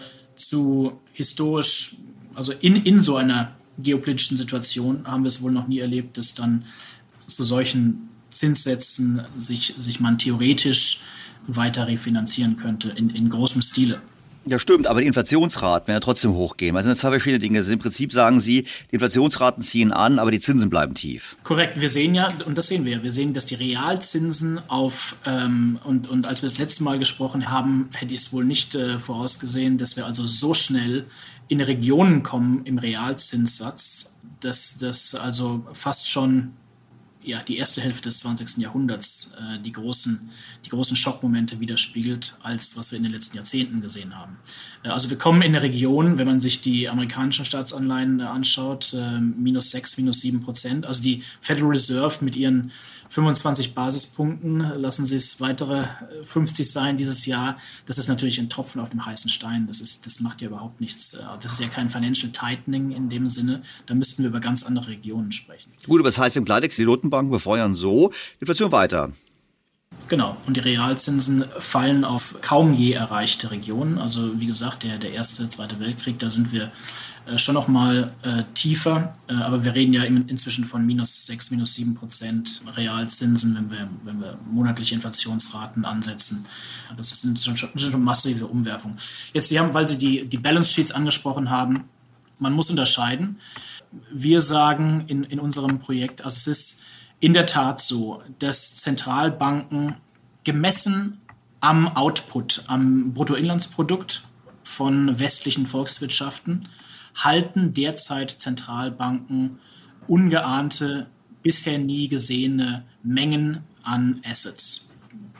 E: zu historisch, also in, in so einer geopolitischen Situation haben wir es wohl noch nie erlebt, dass dann zu solchen Zinssätzen sich, sich man theoretisch weiter refinanzieren könnte in, in großem Stile.
D: Ja, stimmt, aber die Inflationsraten werden ja trotzdem hochgehen. Also das sind zwei verschiedene Dinge. Also im Prinzip sagen Sie, die Inflationsraten ziehen an, aber die Zinsen bleiben tief.
E: Korrekt, wir sehen ja, und das sehen wir, wir sehen, dass die Realzinsen auf, ähm, und, und als wir das letzte Mal gesprochen haben, hätte ich es wohl nicht äh, vorausgesehen, dass wir also so schnell in Regionen kommen im Realzinssatz, dass das also fast schon ja, die erste Hälfte des zwanzigsten Jahrhunderts äh, die großen, die großen Schockmomente widerspiegelt, als was wir in den letzten Jahrzehnten gesehen haben. Äh, also wir kommen in eine Region, wenn man sich die amerikanischen Staatsanleihen äh, anschaut, äh, minus sechs, minus sieben Prozent. Also die Federal Reserve mit ihren fünfundzwanzig Basispunkten, lassen Sie es weitere fünfzig sein dieses Jahr. Das ist natürlich ein Tropfen auf dem heißen Stein. Das ist, das macht ja überhaupt nichts. Das ist ja kein Financial Tightening in dem Sinne. Da müssten wir über ganz andere Regionen sprechen.
D: Gut, aber das heißt im Klartext, die Notenbanken befeuern so die Inflation weiter.
E: Genau, und die Realzinsen fallen auf kaum je erreichte Regionen. Also wie gesagt, der, der Erste, Zweite Weltkrieg, da sind wir äh, schon noch mal äh, tiefer. Äh, aber wir reden ja in, inzwischen von minus sechs, minus sieben Prozent Realzinsen, wenn wir, wenn wir monatliche Inflationsraten ansetzen. Das sind schon, schon, schon massive Umwerfungen. Jetzt, Sie haben, weil Sie die, die Balance Sheets angesprochen haben, man muss unterscheiden. Wir sagen in, in unserem Projekt, also es ist in der Tat so, dass Zentralbanken gemessen am Output, am Bruttoinlandsprodukt von westlichen Volkswirtschaften, halten derzeit Zentralbanken ungeahnte, bisher nie gesehene Mengen an Assets.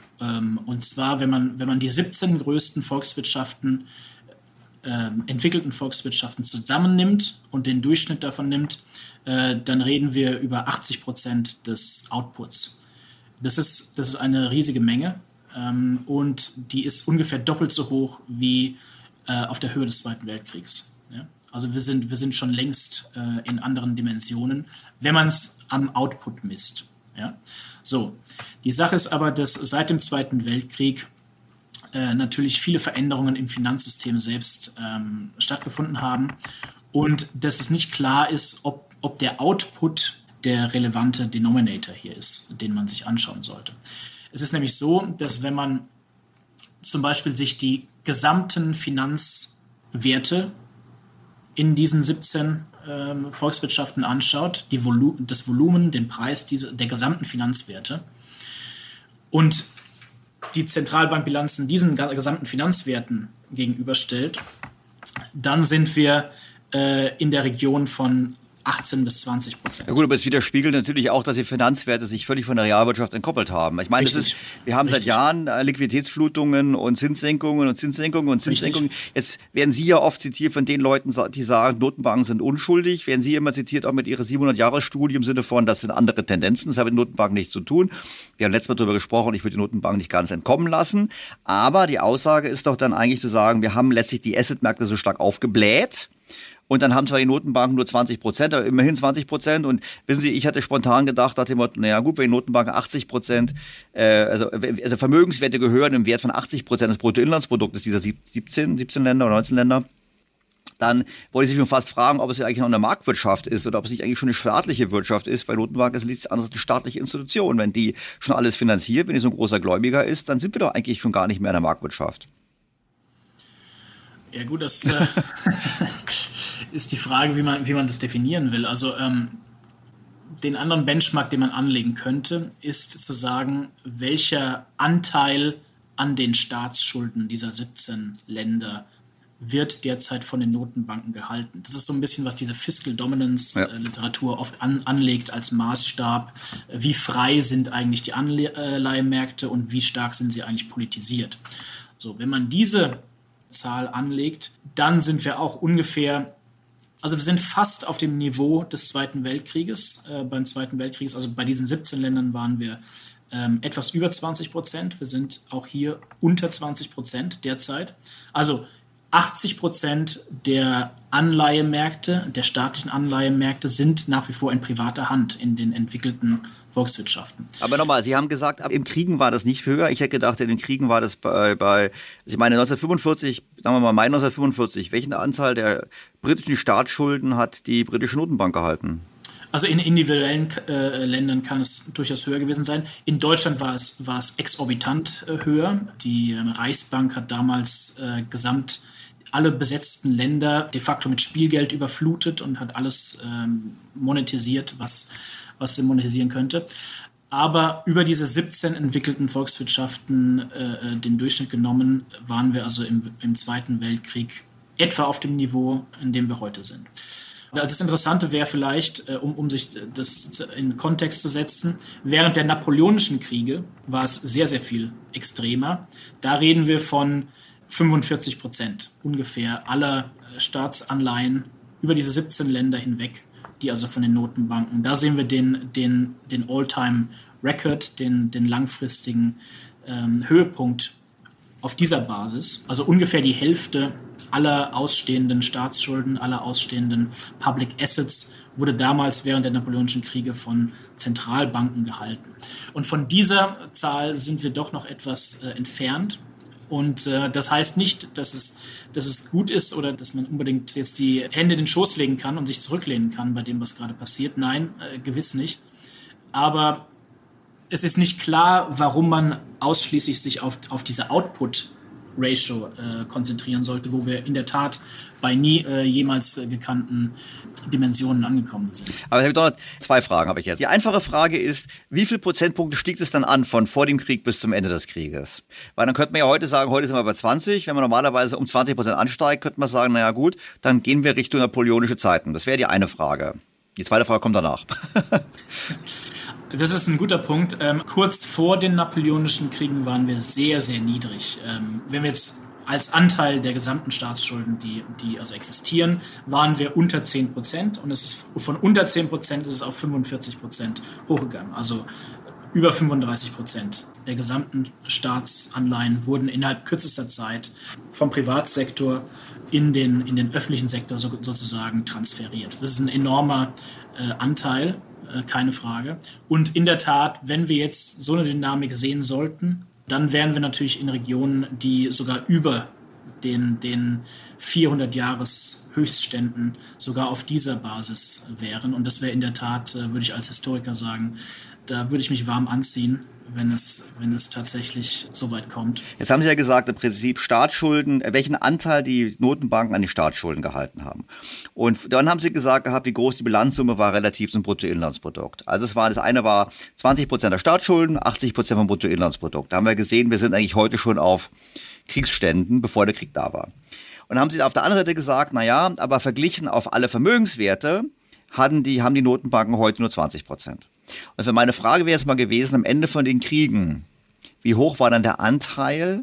E: Und zwar, wenn man, wenn man die siebzehn größten Volkswirtschaften, äh, entwickelten Volkswirtschaften zusammennimmt und den Durchschnitt davon nimmt, dann reden wir über achtzig Prozent des Outputs. Das ist, das ist eine riesige Menge ähm, und die ist ungefähr doppelt so hoch wie äh, auf der Höhe des Zweiten Weltkriegs. Ja? Also wir sind, wir sind schon längst äh, in anderen Dimensionen, wenn man es am Output misst. Ja? So, die Sache ist aber, dass seit dem Zweiten Weltkrieg äh, natürlich viele Veränderungen im Finanzsystem selbst ähm, stattgefunden haben und dass es nicht klar ist, ob ob der Output der relevante Denominator hier ist, den man sich anschauen sollte. Es ist nämlich so, dass wenn man zum Beispiel sich die gesamten Finanzwerte in diesen siebzehn ähm, Volkswirtschaften anschaut, die Volu- das Volumen, den Preis dieser, der gesamten Finanzwerte und die Zentralbankbilanzen diesen gesamten Finanzwerten gegenüberstellt, dann sind wir äh, in der Region von achtzehn bis zwanzig Prozent.
D: Ja gut, aber es widerspiegelt natürlich auch, dass die Finanzwerte sich völlig von der Realwirtschaft entkoppelt haben. Ich meine, das ist, wir haben Richtig. seit Jahren äh, Liquiditätsflutungen und Zinssenkungen und Zinssenkungen und Zinssenkungen. Richtig. Jetzt werden Sie ja oft zitiert von den Leuten, die sagen, Notenbanken sind unschuldig. Werden Sie immer zitiert auch mit Ihrer siebenhundert-Jahres-Studie im Sinne von, das sind andere Tendenzen, das hat mit Notenbanken nichts zu tun. Wir haben letztes Mal darüber gesprochen, ich würde die Notenbanken nicht ganz entkommen lassen. Aber die Aussage ist doch dann eigentlich zu sagen, wir haben letztlich die Assetmärkte so stark aufgebläht. Und dann haben zwar die Notenbanken nur zwanzig Prozent, aber immerhin zwanzig Prozent. Und wissen Sie, ich hatte spontan gedacht, nach dem Motto, naja gut, wenn die Notenbanken achtzig Prozent, äh, also, also Vermögenswerte gehören im Wert von achtzig Prozent des Bruttoinlandsproduktes dieser siebzehn, siebzehn Länder oder neunzehn Länder, dann wollte ich sich schon fast fragen, ob es ja eigentlich noch eine Marktwirtschaft ist oder ob es nicht eigentlich schon eine staatliche Wirtschaft ist. Bei Notenbanken ist es nichts anderes als eine staatliche Institution. Wenn die schon alles finanziert, wenn die so ein großer Gläubiger ist, dann sind wir doch eigentlich schon gar nicht mehr in der Marktwirtschaft.
E: Ja gut, das äh, ist die Frage, wie man, wie man das definieren will. Also ähm, den anderen Benchmark, den man anlegen könnte, ist zu sagen, welcher Anteil an den Staatsschulden dieser siebzehn Länder wird derzeit von den Notenbanken gehalten. Das ist so ein bisschen, was diese Fiscal Dominance-Literatur ja. oft an, anlegt als Maßstab. Wie frei sind eigentlich die Anleihemärkte und wie stark sind sie eigentlich politisiert? So, wenn man diese Zahl anlegt, dann sind wir auch ungefähr, also wir sind fast auf dem Niveau des Zweiten Weltkrieges. Äh, beim Zweiten Weltkrieg, also bei diesen siebzehn Ländern waren wir ähm, etwas über zwanzig Prozent. Wir sind auch hier unter zwanzig Prozent derzeit. Also achtzig Prozent der Anleihemärkte, der staatlichen Anleihemärkte sind nach wie vor in privater Hand in den entwickelten Volkswirtschaften.
D: Aber nochmal, Sie haben gesagt, im Kriegen war das nicht höher. Ich hätte gedacht, in den Kriegen war das bei, bei also ich meine neunzehnhundertfünfundvierzig, sagen wir mal Mai neunzehnhundertfünfundvierzig, welchen Anteil der britischen Staatsschulden hat die britische Notenbank gehalten?
E: Also in individuellen äh, Ländern kann es durchaus höher gewesen sein. In Deutschland war es, war es exorbitant äh, höher. Die äh, Reichsbank hat damals äh, gesamt alle besetzten Länder de facto mit Spielgeld überflutet und hat alles ähm, monetisiert, was, was sie monetisieren könnte. Aber über diese siebzehn entwickelten Volkswirtschaften, äh, den Durchschnitt genommen, waren wir also im, im Zweiten Weltkrieg etwa auf dem Niveau, in dem wir heute sind. Also das Interessante wäre vielleicht, um, um sich das in Kontext zu setzen, während der Napoleonischen Kriege war es sehr, sehr viel extremer. Da reden wir von fünfundvierzig Prozent ungefähr aller Staatsanleihen über diese siebzehn Länder hinweg, die also von den Notenbanken. Da sehen wir den, den, den All-Time-Record, den, den langfristigen ähm, Höhepunkt auf dieser Basis. Also ungefähr die Hälfte aller ausstehenden Staatsschulden, aller ausstehenden Public Assets wurde damals während der Napoleonischen Kriege von Zentralbanken gehalten. Und von dieser Zahl sind wir doch noch etwas äh, entfernt. Und äh, das heißt nicht, dass es, dass es gut ist oder dass man unbedingt jetzt die Hände in den Schoß legen kann und sich zurücklehnen kann bei dem, was gerade passiert. Nein, äh, gewiss nicht. Aber es ist nicht klar, warum man ausschließlich sich auf, auf diese Output Ratio äh, konzentrieren sollte, wo wir in der Tat bei nie äh, jemals äh, gekannten Dimensionen angekommen sind.
D: Aber Herr Donat, zwei Fragen habe ich jetzt. Die einfache Frage ist, wie viele Prozentpunkte stieg es dann an von vor dem Krieg bis zum Ende des Krieges? Weil dann könnte man ja heute sagen, heute sind wir bei zwanzig. Wenn man normalerweise um zwanzig Prozent ansteigt, könnte man sagen, naja gut, dann gehen wir Richtung napoleonische Zeiten. Das wäre die eine Frage. Die zweite Frage kommt danach.
E: Das ist ein guter Punkt. Ähm, kurz vor den Napoleonischen Kriegen waren wir sehr, sehr niedrig. Ähm, wenn wir jetzt als Anteil der gesamten Staatsschulden, die, die also existieren, waren wir unter zehn Prozent. Und es ist, von unter zehn Prozent ist es auf fünfundvierzig Prozent hochgegangen. Also über fünfunddreißig Prozent der gesamten Staatsanleihen wurden innerhalb kürzester Zeit vom Privatsektor in den, in den öffentlichen Sektor so, sozusagen transferiert. Das ist ein enormer äh, Anteil. Keine Frage. Und in der Tat, wenn wir jetzt so eine Dynamik sehen sollten, dann wären wir natürlich in Regionen, die sogar über den, den vierhundert-Jahres-Höchstständen sogar auf dieser Basis wären. Und das wäre in der Tat, würde ich als Historiker sagen, da würde ich mich warm anziehen, wenn es, wenn es tatsächlich so weit kommt.
D: Jetzt haben Sie ja gesagt, im Prinzip Staatsschulden, welchen Anteil die Notenbanken an die Staatsschulden gehalten haben. Und dann haben Sie gesagt gehabt, wie groß die Bilanzsumme war relativ zum Bruttoinlandsprodukt. Also es war, das eine war zwanzig Prozent der Staatsschulden, achtzig Prozent vom Bruttoinlandsprodukt. Da haben wir gesehen, wir sind eigentlich heute schon auf Kriegsständen, bevor der Krieg da war. Und dann haben Sie auf der anderen Seite gesagt, na ja, aber verglichen auf alle Vermögenswerte hatten die, haben die Notenbanken heute nur zwanzig Prozent. Und für meine Frage wäre es mal gewesen, am Ende von den Kriegen, wie hoch war dann der Anteil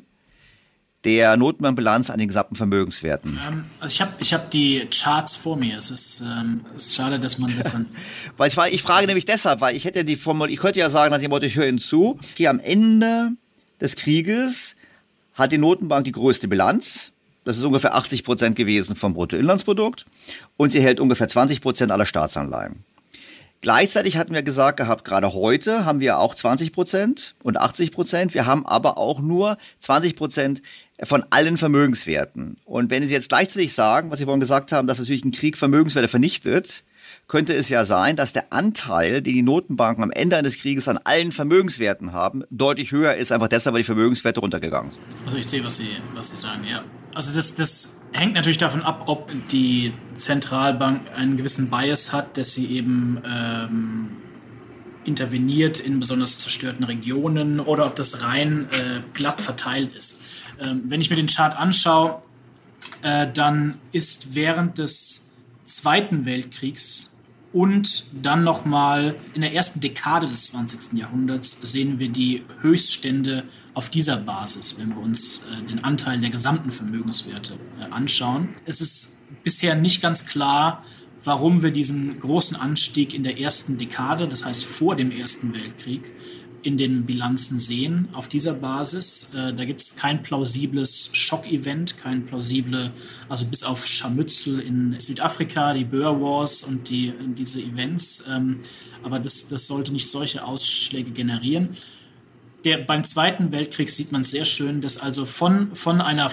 D: der Notenbankbilanz an den gesamten Vermögenswerten?
E: Ähm, also ich habe ich hab die Charts vor mir. Es ist, ähm, es ist schade, dass man das dann...
D: weil ich, ich frage nämlich deshalb, weil ich hätte ja die Formel, ich könnte ja sagen, nach dem Motto, ich höre Ihnen zu, hier am Ende des Krieges hat die Notenbank die größte Bilanz. Das ist ungefähr achtzig Prozent gewesen vom Bruttoinlandsprodukt. Und sie hält ungefähr zwanzig Prozent aller Staatsanleihen. Gleichzeitig hatten wir gesagt gehabt, gerade heute haben wir auch zwanzig Prozent und achtzig Prozent. Wir haben aber auch nur zwanzig Prozent von allen Vermögenswerten. Und wenn Sie jetzt gleichzeitig sagen, was Sie vorhin gesagt haben, dass natürlich ein Krieg Vermögenswerte vernichtet, könnte es ja sein, dass der Anteil, den die Notenbanken am Ende eines Krieges an allen Vermögenswerten haben, deutlich höher ist, einfach deshalb, weil die Vermögenswerte runtergegangen sind.
E: Also ich sehe, was Sie, was Sie sagen, ja. Also das, das hängt natürlich davon ab, ob die Zentralbank einen gewissen Bias hat, dass sie eben ähm, interveniert in besonders zerstörten Regionen oder ob das rein äh, glatt verteilt ist. Ähm, wenn ich mir den Chart anschaue, äh, dann ist während des Zweiten Weltkriegs und dann nochmal in der ersten Dekade des zwanzigsten Jahrhunderts sehen wir die Höchststände auf dieser Basis, wenn wir uns äh, den Anteil der gesamten Vermögenswerte äh, anschauen. Es ist bisher nicht ganz klar, warum wir diesen großen Anstieg in der ersten Dekade, das heißt vor dem Ersten Weltkrieg, in den Bilanzen sehen auf dieser Basis. Äh, da gibt es kein plausibles Schockevent, kein plausible, also bis auf Scharmützel in Südafrika, die Boer Wars und die, diese Events. Ähm, aber das, das sollte nicht solche Ausschläge generieren. Der, beim Zweiten Weltkrieg sieht man sehr schön, dass also von, von einer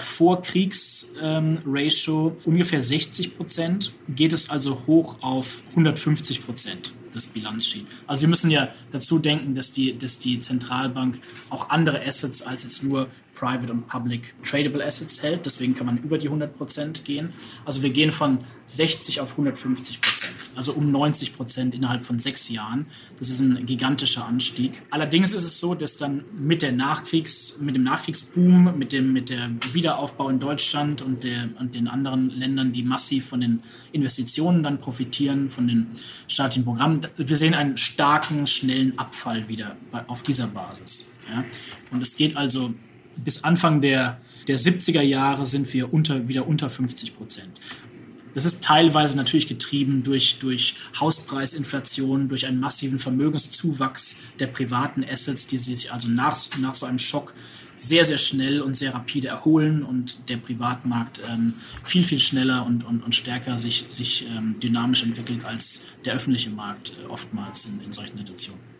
E: Vorkriegs-Ratio ähm, ungefähr sechzig Prozent geht es also hoch auf hundertfünfzig Prozent des Bilanzsheet. Also Sie müssen ja dazu denken, dass die, dass die Zentralbank auch andere Assets als jetzt nur Private und Public Tradable Assets hält. Deswegen kann man über die hundert Prozent gehen. Also wir gehen von sechzig auf hundertfünfzig Prozent, also um neunzig Prozent innerhalb von sechs Jahren. Das ist ein gigantischer Anstieg. Allerdings ist es so, dass dann mit der Nachkriegs, mit dem Nachkriegsboom, mit dem mit der Wiederaufbau in Deutschland und, der, und den anderen Ländern, die massiv von den Investitionen dann profitieren, von den staatlichen Programmen, wir sehen einen starken, schnellen Abfall wieder auf dieser Basis. Ja? Und es geht also bis Anfang der, der siebziger Jahre sind wir unter, wieder unter fünfzig Prozent. Das ist teilweise natürlich getrieben durch, durch Hauspreisinflation, durch einen massiven Vermögenszuwachs der privaten Assets, die sich also nach, nach so einem Schock sehr, sehr schnell und sehr rapide erholen und der Privatmarkt ähm, viel, viel schneller und, und, und stärker sich, sich ähm, dynamisch entwickelt als der öffentliche Markt äh, oftmals in, in solchen Situationen.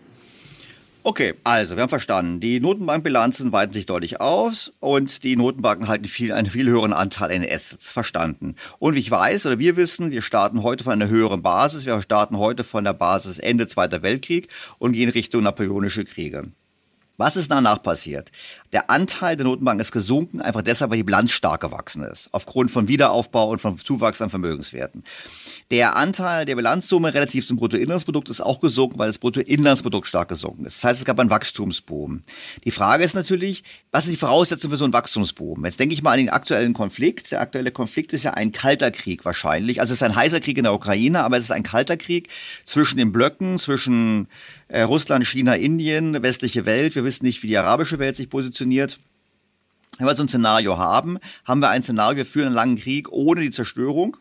D: Okay, also wir haben verstanden, die Notenbankbilanzen weiten sich deutlich aus und die Notenbanken halten viel, einen viel höheren Anteil an Assets. Verstanden. Und wie ich weiß oder wir wissen, wir starten heute von einer höheren Basis. Wir starten heute von der Basis Ende Zweiter Weltkrieg und gehen Richtung napoleonische Kriege. Was ist danach passiert? Der Anteil der Notenbanken ist gesunken, einfach deshalb, weil die Bilanz stark gewachsen ist, aufgrund von Wiederaufbau und von Zuwachs an Vermögenswerten. Der Anteil der Bilanzsumme relativ zum Bruttoinlandsprodukt ist auch gesunken, weil das Bruttoinlandsprodukt stark gesunken ist. Das heißt, es gab einen Wachstumsboom. Die Frage ist natürlich, was ist die Voraussetzung für so einen Wachstumsboom? Jetzt denke ich mal an den aktuellen Konflikt. Der aktuelle Konflikt ist ja ein kalter Krieg wahrscheinlich. Also es ist ein heißer Krieg in der Ukraine, aber es ist ein kalter Krieg zwischen den Blöcken, zwischen äh, Russland, China, Indien, westliche Welt. Wir wissen nicht, wie die arabische Welt sich positioniert. Wenn wir so ein Szenario haben, haben wir ein Szenario, wir führen einen langen Krieg ohne die Zerstörung.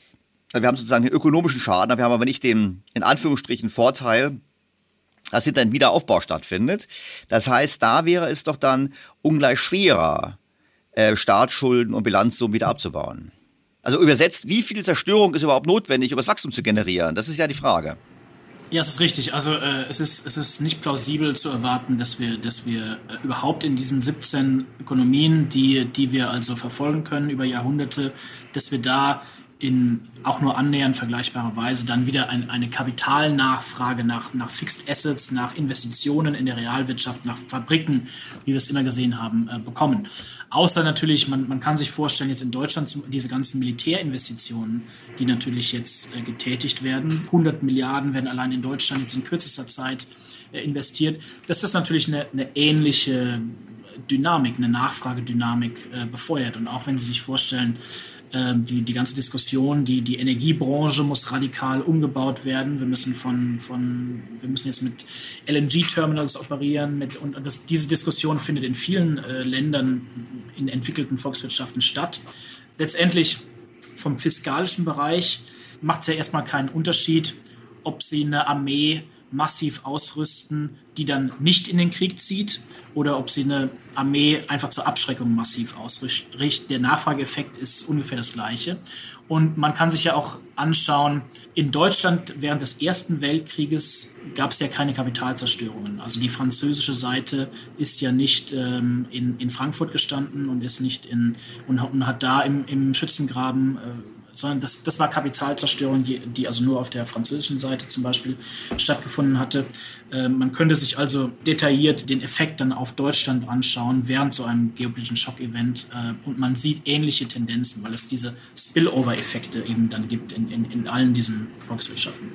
D: Wir haben sozusagen den ökonomischen Schaden, wir haben aber nicht den, in Anführungsstrichen, Vorteil, dass hinter ein Wiederaufbau stattfindet. Das heißt, da wäre es doch dann ungleich schwerer, äh, Staatsschulden und Bilanzsummen wieder abzubauen. Also übersetzt, wie viel Zerstörung ist überhaupt notwendig, um das Wachstum zu generieren? Das ist ja die Frage.
E: Ja, es ist richtig. Also äh, es ist es ist nicht plausibel zu erwarten, dass wir dass wir äh, überhaupt in diesen siebzehn Ökonomien, die die wir also verfolgen können über Jahrhunderte, dass wir da in auch nur annähernd vergleichbarer Weise dann wieder ein, eine Kapitalnachfrage nach, nach Fixed Assets, nach Investitionen in der Realwirtschaft, nach Fabriken, wie wir es immer gesehen haben, äh, bekommen. Außer natürlich, man, man kann sich vorstellen, jetzt in Deutschland zum, diese ganzen Militärinvestitionen, die natürlich jetzt äh, getätigt werden. hundert Milliarden werden allein in Deutschland jetzt in kürzester Zeit äh, investiert. Das ist natürlich eine, eine ähnliche Dynamik, eine Nachfragedynamik äh, befeuert. Und auch wenn Sie sich vorstellen, Die, die ganze Diskussion, die, die Energiebranche muss radikal umgebaut werden. Wir müssen von, von wir müssen jetzt mit L N G-Terminals operieren. Mit, und das, diese Diskussion findet in vielen äh, Ländern in entwickelten Volkswirtschaften statt. Letztendlich vom fiskalischen Bereich macht es ja erstmal keinen Unterschied, ob Sie eine Armee massiv ausrüsten, die dann nicht in den Krieg zieht, oder ob sie eine Armee einfach zur Abschreckung massiv ausrichten. Der Nachfrageeffekt ist ungefähr das gleiche. Und man kann sich ja auch anschauen, in Deutschland während des Ersten Weltkrieges gab es ja keine Kapitalzerstörungen. Also die französische Seite ist ja nicht ähm, in, in Frankfurt gestanden und ist nicht in und, und hat da im, im Schützengraben äh, sondern das, das war Kapitalzerstörung, die, die also nur auf der französischen Seite zum Beispiel stattgefunden hatte. Äh, man könnte sich also detailliert den Effekt dann auf Deutschland anschauen während so einem geopolitischen Schockevent äh, und man sieht ähnliche Tendenzen, weil es diese Spillover-Effekte eben dann gibt in, in, in allen diesen Volkswirtschaften.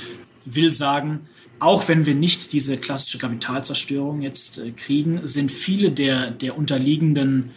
E: Will sagen, auch wenn wir nicht diese klassische Kapitalzerstörung jetzt äh, kriegen, sind viele der, der unterliegenden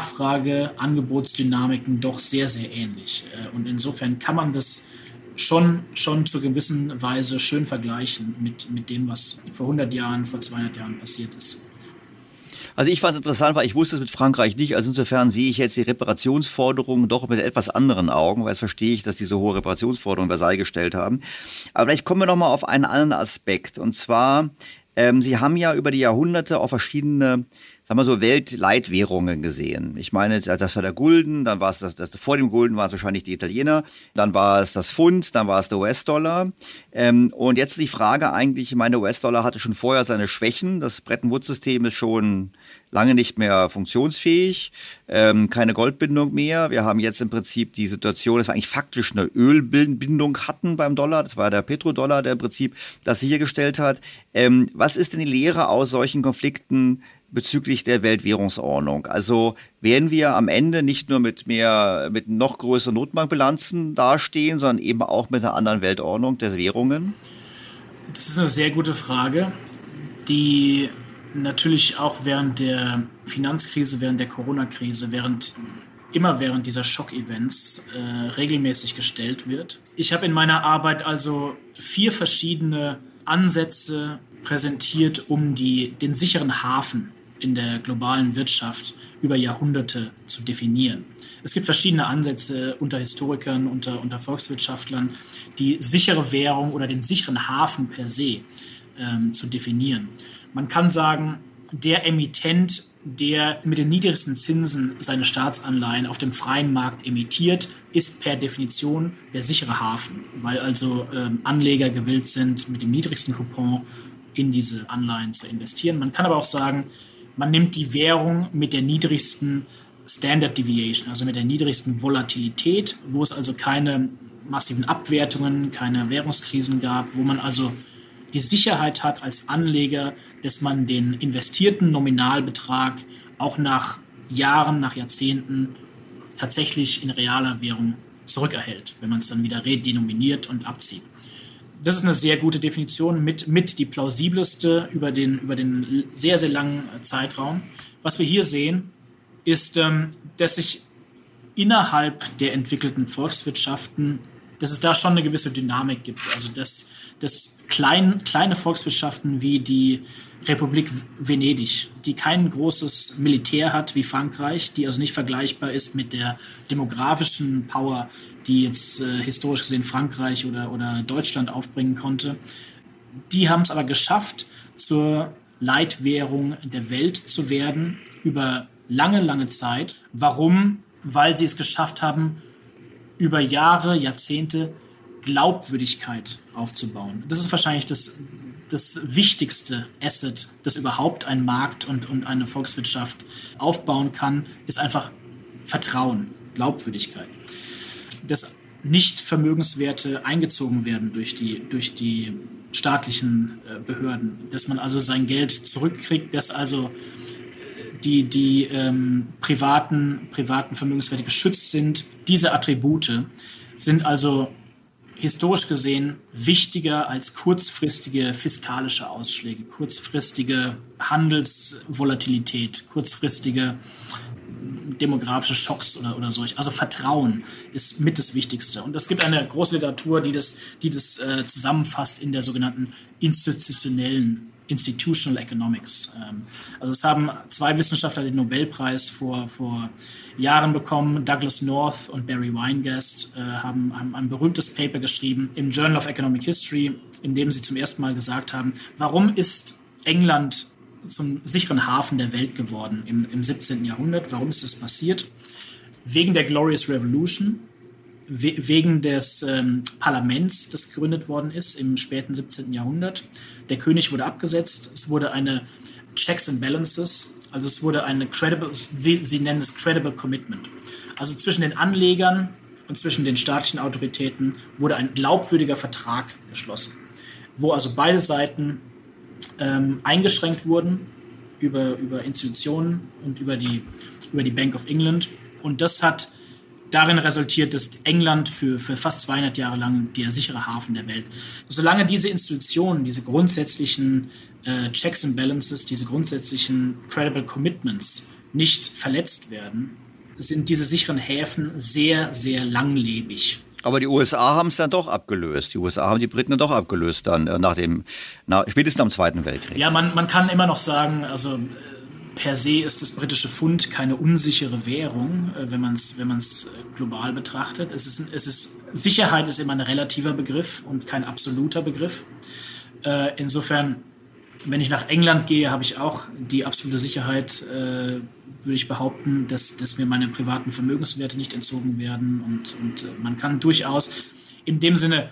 E: Nachfrage-Angebotsdynamiken doch sehr, sehr ähnlich. Äh, und insofern kann man das schon, schon zur gewissen Weise schön vergleichen mit, mit dem, was vor hundert Jahren, vor zweihundert Jahren passiert ist.
D: Also ich fand es interessant, weil ich wusste es mit Frankreich nicht. Also insofern sehe ich jetzt die Reparationsforderungen doch mit etwas anderen Augen, weil jetzt verstehe ich, dass die so hohe Reparationsforderungen Versailles gestellt haben. Aber vielleicht kommen wir noch mal auf einen anderen Aspekt. Und zwar, ähm, Sie haben ja über die Jahrhunderte auch verschiedene, sagen wir so, Weltleitwährungen gesehen. Ich meine, das war der Gulden, dann war es das, das vor dem Gulden waren es wahrscheinlich die Italiener, dann war es das Pfund, dann war es der U S-Dollar. Ähm, und jetzt die Frage eigentlich, ich meine, der U S-Dollar hatte schon vorher seine Schwächen. Das Bretton-Woods-System ist schon lange nicht mehr funktionsfähig, ähm, keine Goldbindung mehr. Wir haben jetzt im Prinzip die Situation, dass wir eigentlich faktisch eine Ölbindung hatten beim Dollar. Das war der Petrodollar, der im Prinzip das sichergestellt hat. Ähm, was ist denn die Lehre aus solchen Konflikten bezüglich der Weltwährungsordnung. Also werden wir am Ende nicht nur mit mehr, mit noch größeren Notenbankbilanzen dastehen, sondern eben auch mit einer anderen Weltordnung der Währungen?
E: Das ist eine sehr gute Frage, die natürlich auch während der Finanzkrise, während der Corona-Krise, während immer während dieser Schockevents äh, regelmäßig gestellt wird. Ich habe in meiner Arbeit also vier verschiedene Ansätze präsentiert, um die, den sicheren Hafen in der globalen Wirtschaft über Jahrhunderte zu definieren. Es gibt verschiedene Ansätze unter Historikern, unter, unter Volkswirtschaftlern, die sichere Währung oder den sicheren Hafen per se ähm, zu definieren. Man kann sagen, der Emittent, der mit den niedrigsten Zinsen seine Staatsanleihen auf dem freien Markt emittiert, ist per Definition der sichere Hafen, weil also ähm, Anleger gewillt sind, mit dem niedrigsten Coupon in diese Anleihen zu investieren. Man kann aber auch sagen, man nimmt die Währung mit der niedrigsten Standard Deviation, also mit der niedrigsten Volatilität, wo es also keine massiven Abwertungen, keine Währungskrisen gab, wo man also die Sicherheit hat als Anleger, dass man den investierten Nominalbetrag auch nach Jahren, nach Jahrzehnten tatsächlich in realer Währung zurückerhält, wenn man es dann wieder redenominiert und abzieht. Das ist eine sehr gute Definition, mit, mit die plausibelste über den, über den sehr, sehr langen Zeitraum. Was wir hier sehen, ist, ähm, dass sich innerhalb der entwickelten Volkswirtschaften, dass es da schon eine gewisse Dynamik gibt. Also dass, dass klein, kleine Volkswirtschaften wie die Republik Venedig, die kein großes Militär hat wie Frankreich, die also nicht vergleichbar ist mit der demografischen Power, die jetzt äh, historisch gesehen Frankreich oder, oder Deutschland aufbringen konnte. Die haben es aber geschafft, zur Leitwährung der Welt zu werden über lange, lange Zeit. Warum? Weil sie es geschafft haben, über Jahre, Jahrzehnte Glaubwürdigkeit aufzubauen. Das ist wahrscheinlich das, das wichtigste Asset, das überhaupt ein Markt und, und eine Volkswirtschaft aufbauen kann, ist einfach Vertrauen, Glaubwürdigkeit. Dass nicht Vermögenswerte eingezogen werden durch die, durch die staatlichen Behörden, dass man also sein Geld zurückkriegt, dass also die, die ähm, privaten, privaten Vermögenswerte geschützt sind. Diese Attribute sind also historisch gesehen wichtiger als kurzfristige fiskalische Ausschläge, kurzfristige Handelsvolatilität, kurzfristige demografische Schocks oder, oder solch. Also Vertrauen ist mit das Wichtigste. Und es gibt eine große Literatur, die das, die das äh, zusammenfasst in der sogenannten institutionellen Institutional Economics. Also es haben zwei Wissenschaftler den Nobelpreis vor, vor Jahren bekommen. Douglas North und Barry Weingast äh, haben, haben ein berühmtes Paper geschrieben im Journal of Economic History, in dem sie zum ersten Mal gesagt haben, warum ist England zum sicheren Hafen der Welt geworden im, im siebzehnten Jahrhundert? Warum ist das passiert? Wegen der Glorious Revolution, we- wegen des ähm, Parlaments, das gegründet worden ist im späten siebzehnten Jahrhundert. Der König wurde abgesetzt, es wurde eine Checks and Balances, also es wurde eine credible, sie, sie nennen es credible commitment. Also zwischen den Anlegern und zwischen den staatlichen Autoritäten wurde ein glaubwürdiger Vertrag geschlossen, wo also beide Seiten ähm, eingeschränkt wurden über, über Institutionen und über die, über die Bank of England. Und das hat darin resultiert, dass England für, für fast zweihundert Jahre lang der sichere Hafen der Welt. Solange diese Institutionen, diese grundsätzlichen äh, Checks and Balances, diese grundsätzlichen credible commitments nicht verletzt werden, sind diese sicheren Häfen sehr, sehr langlebig.
D: Aber die U S A haben es dann doch abgelöst. Die U S A haben die Briten dann doch abgelöst dann nach dem, nach, spätestens am Zweiten Weltkrieg.
E: Ja, man, man kann immer noch sagen, also per se ist das britische Pfund keine unsichere Währung, wenn man es wenn man es global betrachtet. Es ist, es ist, Sicherheit ist immer ein relativer Begriff und kein absoluter Begriff. Äh, insofern, wenn ich nach England gehe, habe ich auch die absolute Sicherheit, äh, würde ich behaupten, dass, dass mir meine privaten Vermögenswerte nicht entzogen werden. Und, und äh, man kann durchaus in dem Sinne,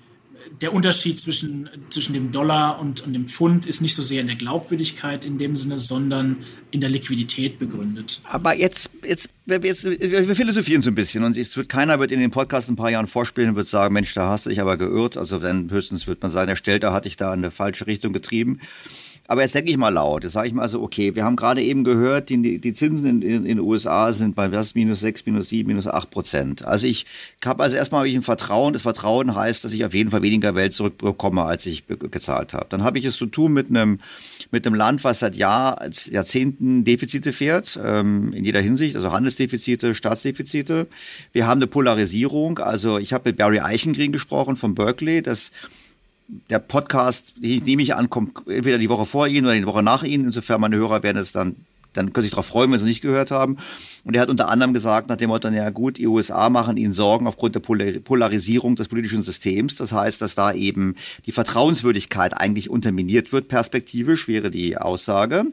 E: der Unterschied zwischen, zwischen dem Dollar und, und dem Pfund ist nicht so sehr in der Glaubwürdigkeit in dem Sinne, sondern in der Liquidität begründet.
D: Aber jetzt, jetzt, jetzt wir philosophieren so ein bisschen und es wird keiner wird in den Podcast ein paar Jahren vorspielen und wird sagen, Mensch, da hast du dich aber geirrt. Also dann höchstens wird man sagen, der Stelter hat dich da in eine falsche Richtung getrieben. Aber jetzt denke ich mal laut. Jetzt sage ich mal so, okay, wir haben gerade eben gehört, die, die Zinsen in, in, in den U S A sind bei was, minus sechs, minus sieben, minus acht Prozent. Also ich habe also erstmal habe ich ein Vertrauen. Das Vertrauen heißt, dass ich auf jeden Fall weniger Geld zurückbekomme, als ich be- gezahlt habe. Dann habe ich es zu tun mit einem mit einem Land, was seit Jahr, Jahrzehnten Defizite fährt, ähm, in jeder Hinsicht, also Handelsdefizite, Staatsdefizite. Wir haben eine Polarisierung. Also ich habe mit Barry Eichengreen gesprochen von Berkeley, das der Podcast, den nehme ich an, kommt entweder die Woche vor Ihnen oder die Woche nach Ihnen. Insofern meine Hörer werden es dann, dann können sich darauf freuen, wenn sie es nicht gehört haben. Und er hat unter anderem gesagt, nach dem Motto, ja gut, die U S A machen ihnen Sorgen aufgrund der Polarisierung des politischen Systems. Das heißt, dass da eben die Vertrauenswürdigkeit eigentlich unterminiert wird, perspektivisch wäre die Aussage.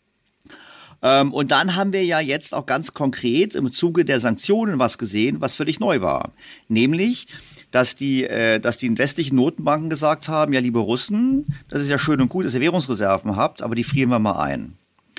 D: Ähm, und dann haben wir ja jetzt auch ganz konkret im Zuge der Sanktionen was gesehen, was völlig neu war. Nämlich, dass die, äh, dass die westlichen Notenbanken gesagt haben, ja, liebe Russen, das ist ja schön und gut, dass ihr Währungsreserven habt, aber die frieren wir mal ein.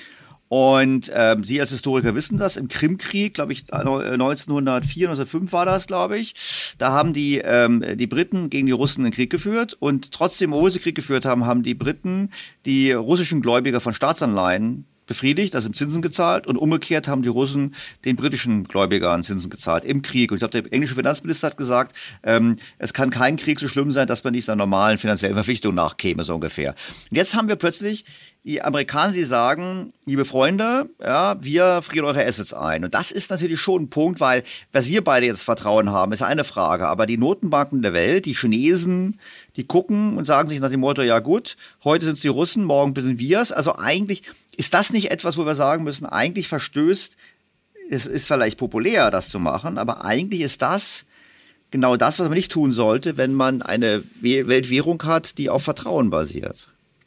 D: Und ähm, Sie als Historiker wissen das, im Krimkrieg, glaube ich, neunzehnhundertvier, neunzehnhundertfünf war das, glaube ich, da haben die ähm, die Briten gegen die Russen einen Krieg geführt und trotzdem, obwohl sie Krieg geführt haben, haben die Briten die russischen Gläubiger von Staatsanleihen befriedigt, also Zinsen gezahlt und umgekehrt haben die Russen den britischen Gläubigern Zinsen gezahlt im Krieg. Und ich glaube, der englische Finanzminister hat gesagt, ähm, es kann kein Krieg so schlimm sein, dass man nicht seiner normalen finanziellen Verpflichtungen nachkäme, so ungefähr. Und jetzt haben wir plötzlich die Amerikaner, die sagen, liebe Freunde, ja, wir frieren eure Assets ein. Und das ist natürlich schon ein Punkt, weil was wir beide jetzt Vertrauen haben, ist eine Frage. Aber die Notenbanken der Welt, die Chinesen, die gucken und sagen sich nach dem Motto, ja gut, heute sind es die Russen, morgen sind wir es. Also eigentlich ist das nicht etwas, wo wir sagen müssen, eigentlich verstößt, es ist vielleicht populär, das zu machen, aber eigentlich ist das genau das, was man nicht tun sollte, wenn man eine Weltwährung hat, die auf Vertrauen basiert.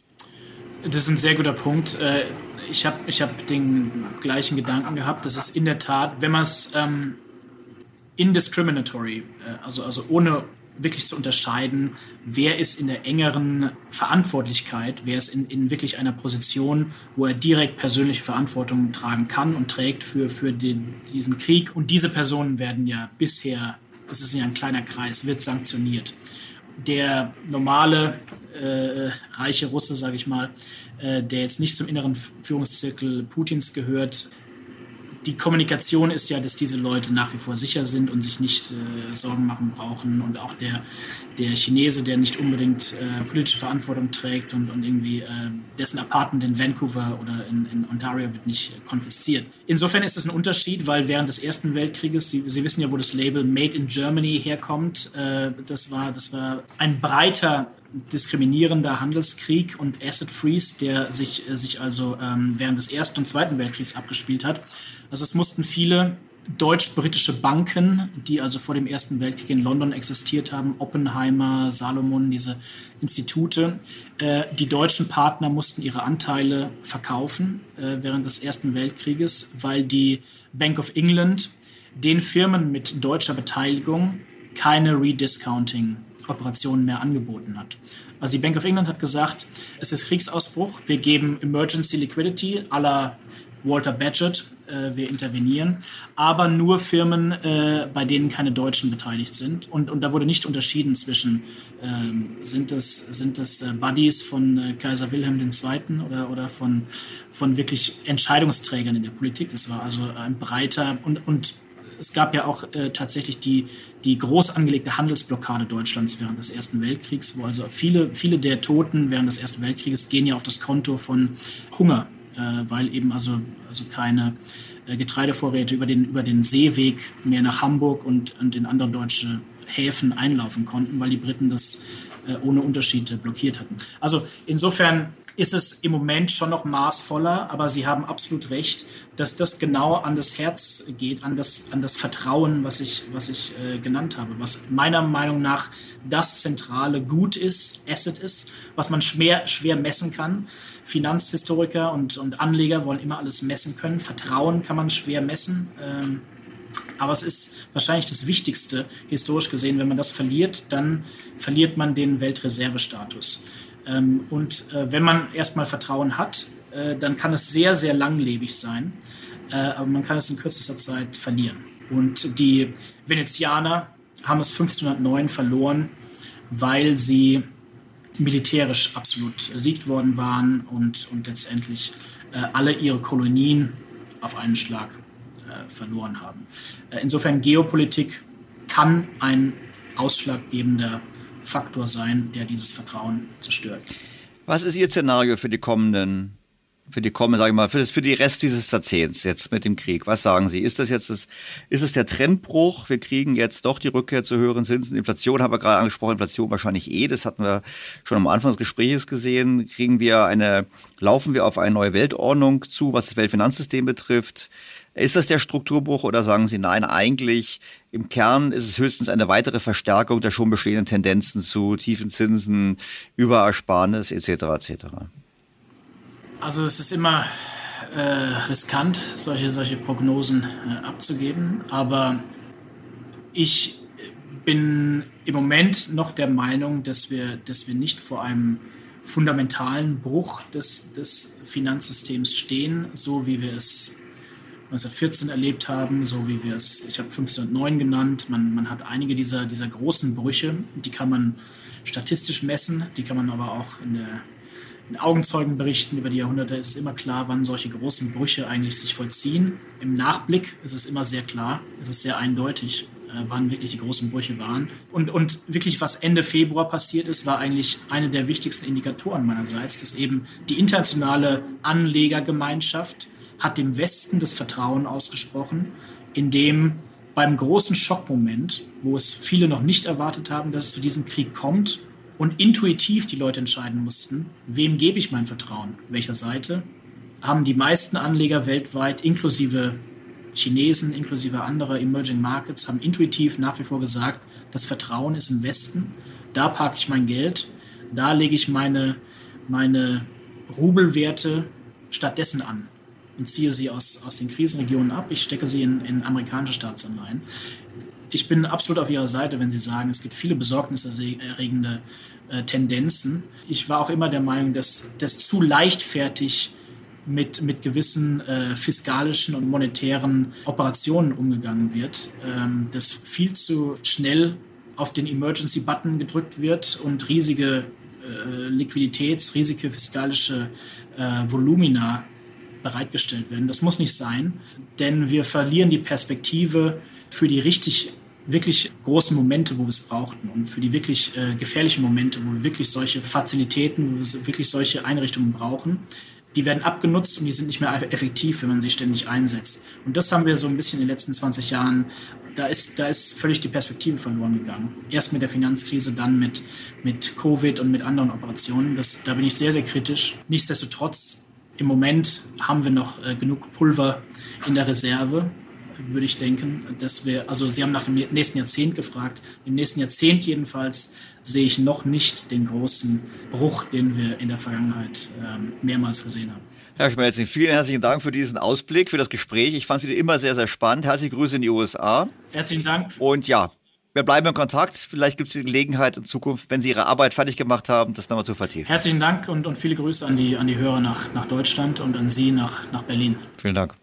E: Das ist ein sehr guter Punkt. Ich habe ich hab den gleichen Gedanken gehabt. Das ist in der Tat, wenn man es ähm, indiscriminatory, also, also ohne wirklich zu unterscheiden, wer ist in der engeren Verantwortlichkeit, wer ist in, in wirklich einer Position, wo er direkt persönliche Verantwortung tragen kann und trägt für, für den, diesen Krieg. Und diese Personen werden ja bisher, es ist ja ein kleiner Kreis, wird sanktioniert. Der normale äh, reiche Russe, sage ich mal, äh, der jetzt nicht zum inneren Führungszirkel Putins gehört. Die Kommunikation ist ja, dass diese Leute nach wie vor sicher sind und sich nicht äh, Sorgen machen brauchen. Und auch der, der Chinese, der nicht unbedingt äh, politische Verantwortung trägt und, und irgendwie äh, dessen Apartment in Vancouver oder in, in Ontario wird nicht äh, konfisziert. Insofern ist es ein Unterschied, weil während des Ersten Weltkrieges, Sie, Sie wissen ja, wo das Label Made in Germany herkommt, äh, das war, das war ein breiter diskriminierender Handelskrieg und Asset Freeze, der sich, äh, sich also ähm, während des Ersten und Zweiten Weltkriegs abgespielt hat. Also es mussten viele deutsch-britische Banken, die also vor dem Ersten Weltkrieg in London existiert haben, Oppenheimer, Salomon, diese Institute, äh, die deutschen Partner mussten ihre Anteile verkaufen äh, während des Ersten Weltkrieges, weil die Bank of England den Firmen mit deutscher Beteiligung keine Rediscounting-Operationen mehr angeboten hat. Also die Bank of England hat gesagt, es ist Kriegsausbruch, wir geben Emergency Liquidity à la Walter Bagehot, äh, wir intervenieren, aber nur Firmen, äh, bei denen keine Deutschen beteiligt sind. Und, und da wurde nicht unterschieden zwischen, ähm, sind das, sind das äh, Buddies von äh, Kaiser Wilhelm der Zweite oder, oder von, von wirklich Entscheidungsträgern in der Politik. Das war also ein breiter und, und es gab ja auch äh, tatsächlich die, die groß angelegte Handelsblockade Deutschlands während des Ersten Weltkriegs, wo also viele, viele der Toten während des Ersten Weltkrieges gehen ja auf das Konto von Hunger, äh, weil eben also, also keine äh, Getreidevorräte über den, über den Seeweg mehr nach Hamburg und, und in andere deutsche Häfen einlaufen konnten, weil die Briten das äh, ohne Unterschied blockiert hatten. Also insofern ist es im Moment schon noch maßvoller, aber Sie haben absolut recht, dass das genau an das Herz geht, an das, an das Vertrauen, was ich, was ich äh, genannt habe, was meiner Meinung nach das zentrale Gut ist, Asset ist, was man schwer, schwer messen kann. Finanzhistoriker und, und Anleger wollen immer alles messen können. Vertrauen kann man schwer messen. Ähm, aber es ist wahrscheinlich das Wichtigste, historisch gesehen. Wenn man das verliert, dann verliert man den Weltreservestatus. Ähm, und äh, wenn man erstmal Vertrauen hat, äh, dann kann es sehr, sehr langlebig sein. Äh, aber man kann es in kürzester Zeit verlieren. Und die Venezianer haben es fünfzehnhundertneun verloren, weil sie militärisch absolut besiegt worden waren und, und letztendlich äh, alle ihre Kolonien auf einen Schlag äh, verloren haben. Äh, insofern Geopolitik kann ein ausschlaggebender Faktor sein, der dieses Vertrauen zerstört.
D: Was ist Ihr Szenario für die kommenden, für die kommenden, sage ich mal, für das, für die Rest dieses Jahrzehnts jetzt mit dem Krieg? Was sagen Sie? Ist das jetzt das, ist es der Trendbruch? Wir kriegen jetzt doch die Rückkehr zu höheren Zinsen. Inflation haben wir gerade angesprochen, Inflation wahrscheinlich eh. Das hatten wir schon am Anfang des Gesprächs gesehen. Kriegen wir eine, laufen wir auf eine neue Weltordnung zu, was das Weltfinanzsystem betrifft? Ist das der Strukturbruch oder sagen Sie, nein, eigentlich im Kern ist es höchstens eine weitere Verstärkung der schon bestehenden Tendenzen zu tiefen Zinsen, Überersparnis et cetera et cetera?
E: Also es ist immer äh, riskant, solche, solche Prognosen äh, abzugeben, aber ich bin im Moment noch der Meinung, dass wir, dass wir nicht vor einem fundamentalen Bruch des, des Finanzsystems stehen, so wie wir es neunzehnhundertvierzehn erlebt haben, so wie wir es, ich habe fünfzehnhundertneun genannt, man, man hat einige dieser, dieser großen Brüche, die kann man statistisch messen, die kann man aber auch in, der, in Augenzeugenberichten über die Jahrhunderte, ist es immer klar, wann solche großen Brüche eigentlich sich vollziehen. Im Nachblick ist es immer sehr klar, es ist sehr eindeutig, äh, wann wirklich die großen Brüche waren. Und, und wirklich, was Ende Februar passiert ist, war eigentlich eine der wichtigsten Indikatoren meinerseits, dass eben die internationale Anlegergemeinschaft hat dem Westen das Vertrauen ausgesprochen, indem beim großen Schockmoment, wo es viele noch nicht erwartet haben, dass es zu diesem Krieg kommt und intuitiv die Leute entscheiden mussten, wem gebe ich mein Vertrauen, welcher Seite, haben die meisten Anleger weltweit, inklusive Chinesen, inklusive anderer Emerging Markets, haben intuitiv nach wie vor gesagt, das Vertrauen ist im Westen, da parke ich mein Geld, da lege ich meine, meine Rubelwerte stattdessen an und ziehe sie aus, aus den Krisenregionen ab. Ich stecke sie in, in amerikanische Staatsanleihen. Ich bin absolut auf Ihrer Seite, wenn Sie sagen, es gibt viele besorgniserregende äh, Tendenzen. Ich war auch immer der Meinung, dass das zu leichtfertig mit, mit gewissen äh, fiskalischen und monetären Operationen umgegangen wird, ähm, dass viel zu schnell auf den Emergency-Button gedrückt wird und riesige äh, Liquiditäts-, riesige fiskalische äh, Volumina bereitgestellt werden. Das muss nicht sein, denn wir verlieren die Perspektive für die richtig, wirklich großen Momente, wo wir es brauchten und für die wirklich äh, gefährlichen Momente, wo wir wirklich solche Fazilitäten, wo wir wirklich solche Einrichtungen brauchen. Die werden abgenutzt und die sind nicht mehr effektiv, wenn man sie ständig einsetzt. Und das haben wir so ein bisschen in den letzten zwanzig Jahren, da ist, da ist völlig die Perspektive verloren gegangen. Erst mit der Finanzkrise, dann mit, mit Covid und mit anderen Operationen. Das, da bin ich sehr, sehr kritisch. Nichtsdestotrotz, im Moment haben wir noch äh, genug Pulver in der Reserve, würde ich denken, dass wir, also Sie haben nach dem nächsten Jahrzehnt gefragt, im nächsten Jahrzehnt jedenfalls sehe ich noch nicht den großen Bruch, den wir in der Vergangenheit ähm, mehrmals gesehen haben.
D: Herr Schmelzing, vielen herzlichen Dank für diesen Ausblick, für das Gespräch. Ich fand es wieder immer sehr, sehr spannend. Herzliche Grüße in die U S A.
E: Herzlichen Dank.
D: Und ja, wir bleiben in Kontakt. Vielleicht gibt es die Gelegenheit in Zukunft, wenn Sie Ihre Arbeit fertig gemacht haben, das nochmal zu vertiefen.
E: Herzlichen Dank und, und viele Grüße an die, an die Hörer nach, nach Deutschland und an Sie nach, nach Berlin.
D: Vielen Dank.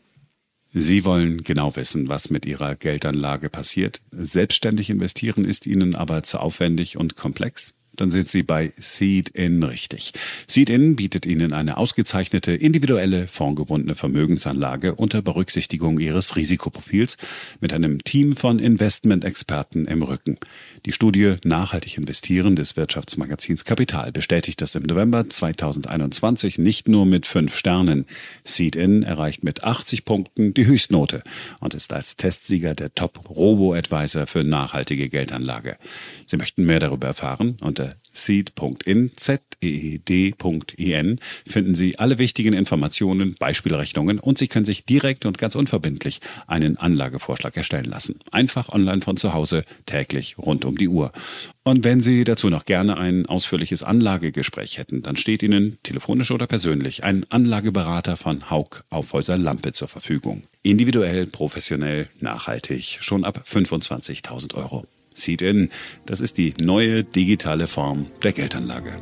B: Sie wollen genau wissen, was mit Ihrer Geldanlage passiert. Selbstständig investieren ist Ihnen aber zu aufwendig und komplex? Dann sind Sie bei Seed-In richtig. Seed-In bietet Ihnen eine ausgezeichnete, individuelle, fondgebundene Vermögensanlage unter Berücksichtigung Ihres Risikoprofils mit einem Team von Investmentexperten im Rücken. Die Studie Nachhaltig investieren des Wirtschaftsmagazins Kapital bestätigt das im November zweitausendeinundzwanzig nicht nur mit fünf Sternen. Seed-In erreicht mit achtzig Punkten die Höchstnote und ist als Testsieger der Top-Robo-Advisor für nachhaltige Geldanlage. Sie möchten mehr darüber erfahren? Unter seed punkt in, z e e d punkt i n finden Sie alle wichtigen Informationen, Beispielrechnungen und Sie können sich direkt und ganz unverbindlich einen Anlagevorschlag erstellen lassen. Einfach online von zu Hause, täglich rund um die Uhr. Und wenn Sie dazu noch gerne ein ausführliches Anlagegespräch hätten, dann steht Ihnen telefonisch oder persönlich ein Anlageberater von Hauck Aufhäuser Lampe zur Verfügung. Individuell, professionell, nachhaltig, schon ab fünfundzwanzigtausend Euro. Seed-In, das ist die neue digitale Form der Geldanlage.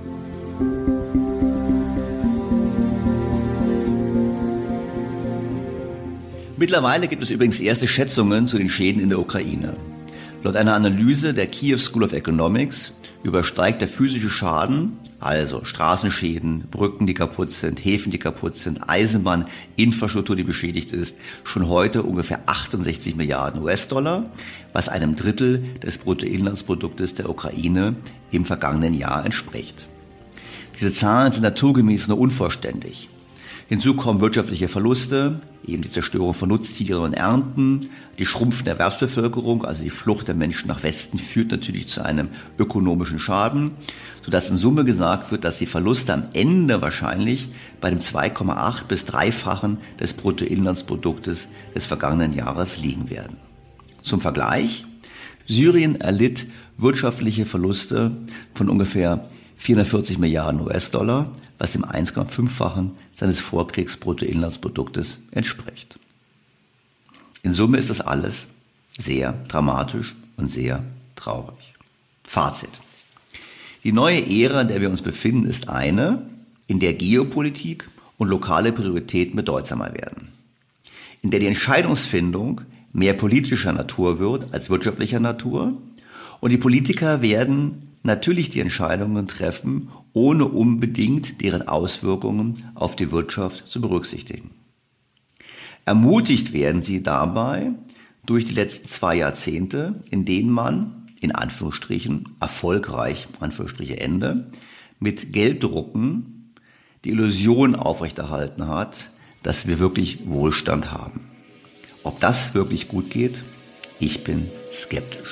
D: Mittlerweile gibt es übrigens erste Schätzungen zu den Schäden in der Ukraine. Laut einer Analyse der Kiew School of Economics übersteigt der physische Schaden, also Straßenschäden, Brücken, die kaputt sind, Häfen, die kaputt sind, Eisenbahninfrastruktur, die beschädigt ist, schon heute ungefähr achtundsechzig Milliarden U S-Dollar, was einem Drittel des Bruttoinlandsproduktes der Ukraine im vergangenen Jahr entspricht. Diese Zahlen sind naturgemäß nur unvollständig. Hinzu kommen wirtschaftliche Verluste, eben die Zerstörung von Nutztieren und Ernten, die schrumpfende Erwerbsbevölkerung, also die Flucht der Menschen nach Westen führt natürlich zu einem ökonomischen Schaden, sodass in Summe gesagt wird, dass die Verluste am Ende wahrscheinlich bei dem zwei Komma acht bis dreifachen des Bruttoinlandsproduktes des vergangenen Jahres liegen werden. Zum Vergleich, Syrien erlitt wirtschaftliche Verluste von ungefähr vierhundertvierzig Milliarden U S-Dollar, was dem eins Komma fünffachen seines Vorkriegsbruttoinlandsproduktes entspricht. In Summe ist das alles sehr dramatisch und sehr traurig. Fazit. Die neue Ära, in der wir uns befinden, ist eine, in der Geopolitik und lokale Prioritäten bedeutsamer werden. In der die Entscheidungsfindung mehr politischer Natur wird als wirtschaftlicher Natur und die Politiker werden natürlich die Entscheidungen treffen, ohne unbedingt deren Auswirkungen auf die Wirtschaft zu berücksichtigen. Ermutigt werden sie dabei durch die letzten zwei Jahrzehnte, in denen man, in Anführungsstrichen, erfolgreich, Anführungsstriche Ende, mit Gelddrucken die Illusion aufrechterhalten hat, dass wir wirklich Wohlstand haben. Ob das wirklich gut geht, ich bin skeptisch.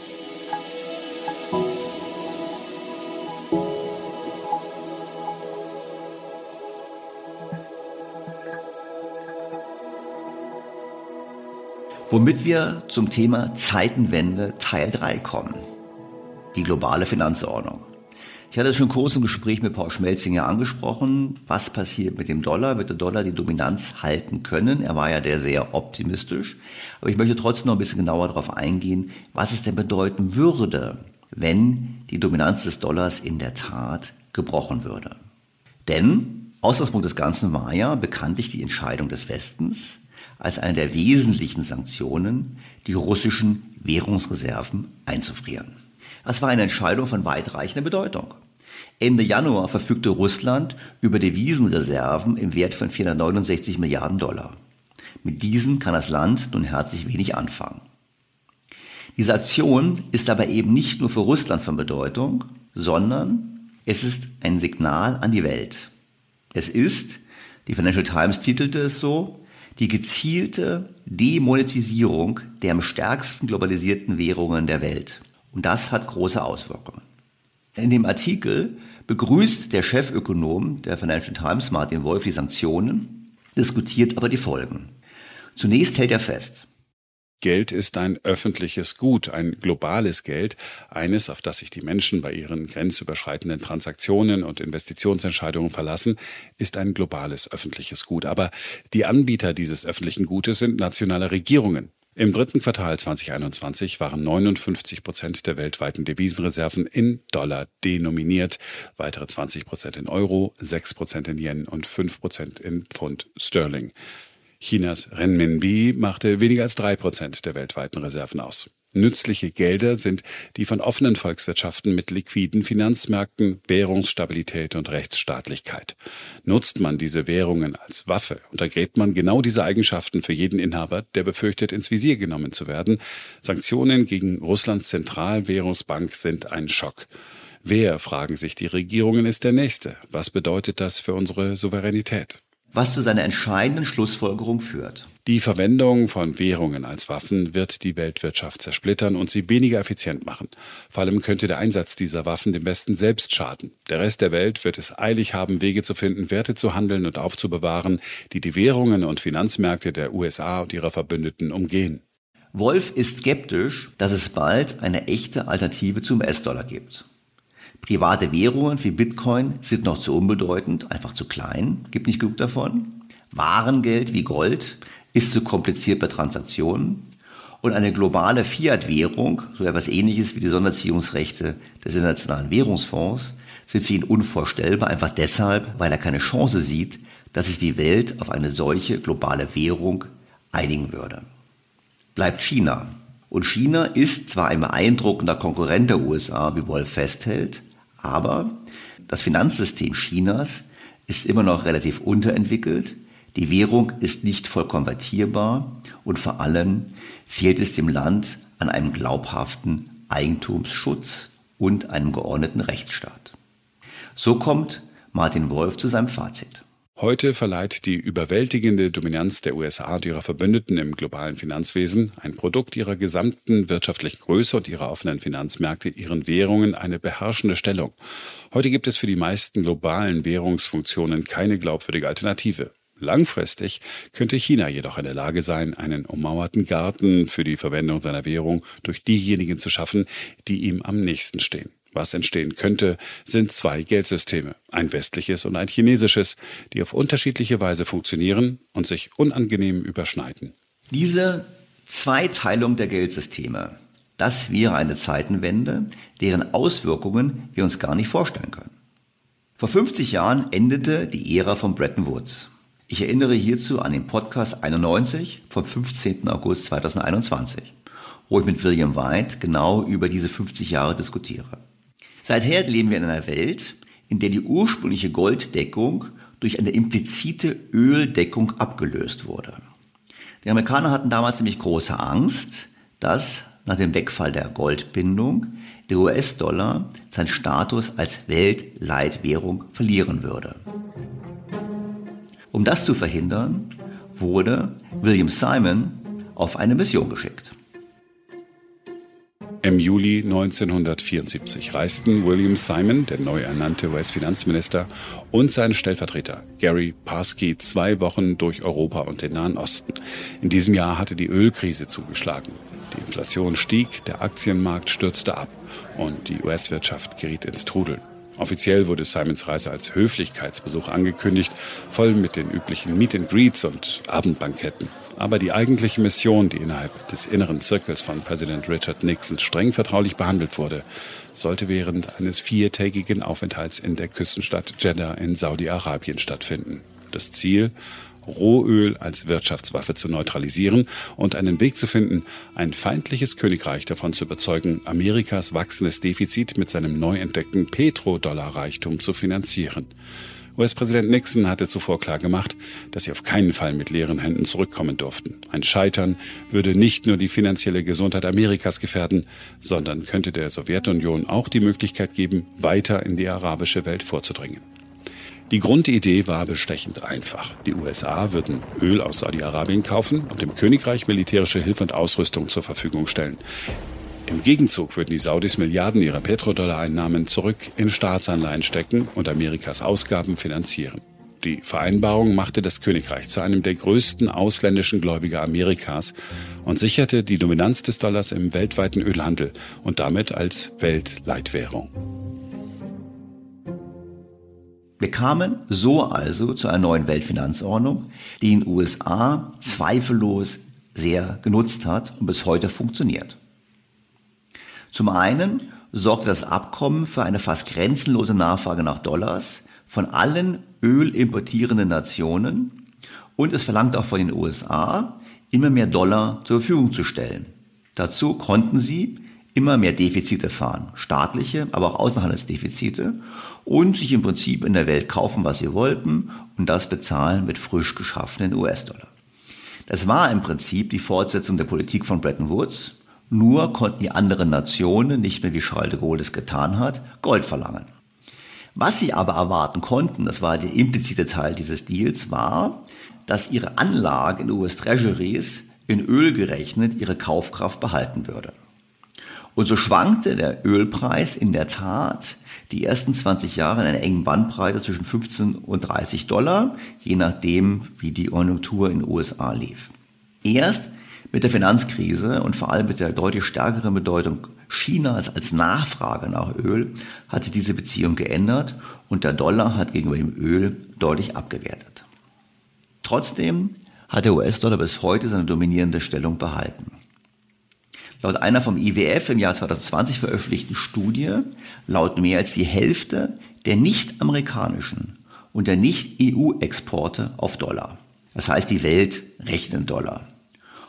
D: Womit wir zum Thema Zeitenwende Teil drei kommen. Die globale Finanzordnung. Ich hatte schon kurz im Gespräch mit Paul Schmelzinger angesprochen, was passiert mit dem Dollar, wird der Dollar die Dominanz halten können. Er war ja der sehr optimistisch. Aber ich möchte trotzdem noch ein bisschen genauer darauf eingehen, was es denn bedeuten würde, wenn die Dominanz des Dollars in der Tat gebrochen würde. Denn Ausgangspunkt des Ganzen war ja bekanntlich die Entscheidung des Westens, als eine der wesentlichen Sanktionen die russischen Währungsreserven einzufrieren. Das war eine Entscheidung von weitreichender Bedeutung. Ende Januar verfügte Russland über Devisenreserven im Wert von vierhundertneunundsechzig Milliarden Dollar. Mit diesen kann das Land nun herzlich wenig anfangen. Diese Aktion ist aber eben nicht nur für Russland von Bedeutung, sondern es ist ein Signal an die Welt. Es ist, die Financial Times titelte es so, die gezielte Demonetisierung der am stärksten globalisierten Währungen der Welt. Und das hat große Auswirkungen. In dem Artikel begrüßt der Chefökonom der Financial Times, Martin Wolf, die Sanktionen, diskutiert aber die Folgen. Zunächst hält er fest:
B: Geld ist ein öffentliches Gut, ein globales Geld, eines, auf das sich die Menschen bei ihren grenzüberschreitenden Transaktionen und Investitionsentscheidungen verlassen, ist ein globales öffentliches Gut. Aber die Anbieter dieses öffentlichen Gutes sind nationale Regierungen. Im dritten Quartal zweitausendeinundzwanzig waren neunundfünfzig Prozent der weltweiten Devisenreserven in Dollar denominiert, weitere zwanzig Prozent in Euro, sechs Prozent in Yen und fünf Prozent in Pfund Sterling. Chinas Renminbi machte weniger als drei Prozent der weltweiten Reserven aus. Nützliche Gelder sind die von offenen Volkswirtschaften mit liquiden Finanzmärkten, Währungsstabilität und Rechtsstaatlichkeit. Nutzt man diese Währungen als Waffe, untergräbt man genau diese Eigenschaften für jeden Inhaber, der befürchtet, ins Visier genommen zu werden. Sanktionen gegen Russlands Zentralwährungsbank sind ein Schock. Wer, fragen sich die Regierungen, ist der Nächste? Was bedeutet das für unsere Souveränität?
D: Was zu seiner entscheidenden Schlussfolgerung führt.
B: Die Verwendung von Währungen als Waffen wird die Weltwirtschaft zersplittern und sie weniger effizient machen. Vor allem könnte der Einsatz dieser Waffen dem Westen selbst schaden. Der Rest der Welt wird es eilig haben, Wege zu finden, Werte zu handeln und aufzubewahren, die die Währungen und Finanzmärkte der U S A und ihrer Verbündeten umgehen.
D: Wolf ist skeptisch, dass es bald eine echte Alternative zum U S-Dollar gibt. Private Währungen wie Bitcoin sind noch zu unbedeutend, einfach zu klein, gibt nicht genug davon. Warengeld wie Gold ist zu kompliziert bei Transaktionen. Und eine globale Fiat-Währung, so etwas Ähnliches wie die Sonderziehungsrechte des Internationalen Währungsfonds, sind für ihn unvorstellbar, einfach deshalb, weil er keine Chance sieht, dass sich die Welt auf eine solche globale Währung einigen würde. Bleibt China. Und China ist zwar ein beeindruckender Konkurrent der U S A, wie Wolf festhält, aber das Finanzsystem Chinas ist immer noch relativ unterentwickelt, die Währung ist nicht voll konvertierbar und vor allem fehlt es dem Land an einem glaubhaften Eigentumsschutz und einem geordneten Rechtsstaat. So kommt Martin Wolf zu seinem Fazit.
B: Heute verleiht die überwältigende Dominanz der U S A und ihrer Verbündeten im globalen Finanzwesen, ein Produkt ihrer gesamten wirtschaftlichen Größe und ihrer offenen Finanzmärkte, ihren Währungen eine beherrschende Stellung. Heute gibt es für die meisten globalen Währungsfunktionen keine glaubwürdige Alternative. Langfristig könnte China jedoch in der Lage sein, einen ummauerten Garten für die Verwendung seiner Währung durch diejenigen zu schaffen, die ihm am nächsten stehen. Was entstehen könnte, sind zwei Geldsysteme, ein westliches und ein chinesisches, die auf unterschiedliche Weise funktionieren und sich unangenehm überschneiden.
D: Diese Zweiteilung der Geldsysteme, das wäre eine Zeitenwende, deren Auswirkungen wir uns gar nicht vorstellen können. Vor fünfzig Jahren endete die Ära von Bretton Woods. Ich erinnere hierzu an den Podcast einundneunzig vom fünfzehnten August zweitausendeinundzwanzig, wo ich mit William White genau über diese fünfzig Jahre diskutiere. Seither leben wir in einer Welt, in der die ursprüngliche Golddeckung durch eine implizite Öldeckung abgelöst wurde. Die Amerikaner hatten damals nämlich große Angst, dass nach dem Wegfall der Goldbindung der U S-Dollar seinen Status als Weltleitwährung verlieren würde. Um das zu verhindern, wurde William Simon auf eine Mission geschickt.
B: Im Juli neunzehnhundertvierundsiebzig reisten William Simon, der neu ernannte U S-Finanzminister, und sein Stellvertreter Gary Parsky zwei Wochen durch Europa und den Nahen Osten. In diesem Jahr hatte die Ölkrise zugeschlagen. Die Inflation stieg, der Aktienmarkt stürzte ab und die U S-Wirtschaft geriet ins Trudeln. Offiziell wurde Simons Reise als Höflichkeitsbesuch angekündigt, voll mit den üblichen Meet and Greets und Abendbanketten. Aber die eigentliche Mission, die innerhalb des inneren Zirkels von Präsident Richard Nixon streng vertraulich behandelt wurde, sollte während eines viertägigen Aufenthalts in der Küstenstadt Jeddah in Saudi-Arabien stattfinden. Das Ziel: Rohöl als Wirtschaftswaffe zu neutralisieren und einen Weg zu finden, ein feindliches Königreich davon zu überzeugen, Amerikas wachsendes Defizit mit seinem neu entdeckten Petrodollar-Reichtum zu finanzieren. U S-Präsident Nixon hatte zuvor klargemacht, dass sie auf keinen Fall mit leeren Händen zurückkommen durften. Ein Scheitern würde nicht nur die finanzielle Gesundheit Amerikas gefährden, sondern könnte der Sowjetunion auch die Möglichkeit geben, weiter in die arabische Welt vorzudringen. Die Grundidee war bestechend einfach. Die U S A würden Öl aus Saudi-Arabien kaufen und dem Königreich militärische Hilfe und Ausrüstung zur Verfügung stellen. Im Gegenzug würden die Saudis Milliarden ihrer Petrodollar-Einnahmen zurück in Staatsanleihen stecken und Amerikas Ausgaben finanzieren. Die Vereinbarung machte das Königreich zu einem der größten ausländischen Gläubiger Amerikas und sicherte die Dominanz des Dollars im weltweiten Ölhandel und damit als Weltleitwährung.
D: Wir kamen so also zu einer neuen Weltfinanzordnung, die in den U S A zweifellos sehr genutzt hat und bis heute funktioniert. Zum einen sorgte das Abkommen für eine fast grenzenlose Nachfrage nach Dollars von allen ölimportierenden Nationen und es verlangte auch von den U S A, immer mehr Dollar zur Verfügung zu stellen. Dazu konnten sie immer mehr Defizite fahren, staatliche, aber auch Außenhandelsdefizite, und sich im Prinzip in der Welt kaufen, was sie wollten, und das bezahlen mit frisch geschaffenen U S-Dollar. Das war im Prinzip die Fortsetzung der Politik von Bretton Woods, nur konnten die anderen Nationen nicht mehr, wie Charles de Gaulle es getan hat, Gold verlangen. Was sie aber erwarten konnten, das war der implizite Teil dieses Deals, war, dass ihre Anlage in U S-Treasuries in Öl gerechnet ihre Kaufkraft behalten würde. Und so schwankte der Ölpreis in der Tat die ersten zwanzig Jahre in einer engen Bandbreite zwischen fünfzehn und dreißig Dollar, je nachdem, wie die Konjunktur in den U S A lief. Erst mit der Finanzkrise und vor allem mit der deutlich stärkeren Bedeutung Chinas als Nachfrage nach Öl hat sich diese Beziehung geändert und der Dollar hat gegenüber dem Öl deutlich abgewertet. Trotzdem hat der U S-Dollar bis heute seine dominierende Stellung behalten. Laut einer vom I W F im Jahr zweitausendzwanzig veröffentlichten Studie laut mehr als die Hälfte der nicht-amerikanischen und der Nicht-E U-Exporte auf Dollar. Das heißt, die Welt rechnet in Dollar.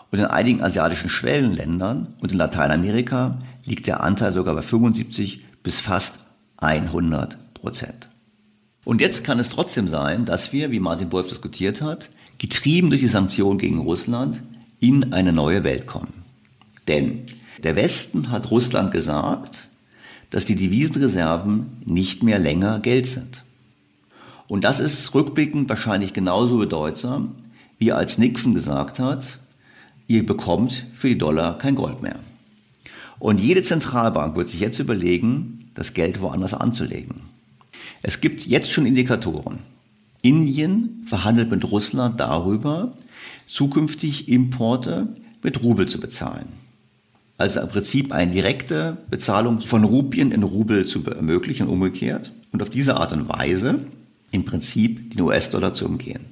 D: Und in einigen asiatischen Schwellenländern und in Lateinamerika liegt der Anteil sogar bei fünfundsiebzig bis fast hundert Prozent. Und jetzt kann es trotzdem sein, dass wir, wie Martin Wolf diskutiert hat, getrieben durch die Sanktionen gegen Russland in eine neue Welt kommen. Denn der Westen hat Russland gesagt, dass die Devisenreserven nicht mehr länger Geld sind. Und das ist rückblickend wahrscheinlich genauso bedeutsam, wie als Nixon gesagt hat, ihr bekommt für die Dollar kein Gold mehr. Und jede Zentralbank wird sich jetzt überlegen, das Geld woanders anzulegen. Es gibt jetzt schon Indikatoren. Indien verhandelt mit Russland darüber, zukünftig Importe mit Rubel zu bezahlen. Also im Prinzip eine direkte Bezahlung von Rupien in Rubel zu ermöglichen und umgekehrt. Und auf diese Art und Weise im Prinzip den U S-Dollar zu umgehen.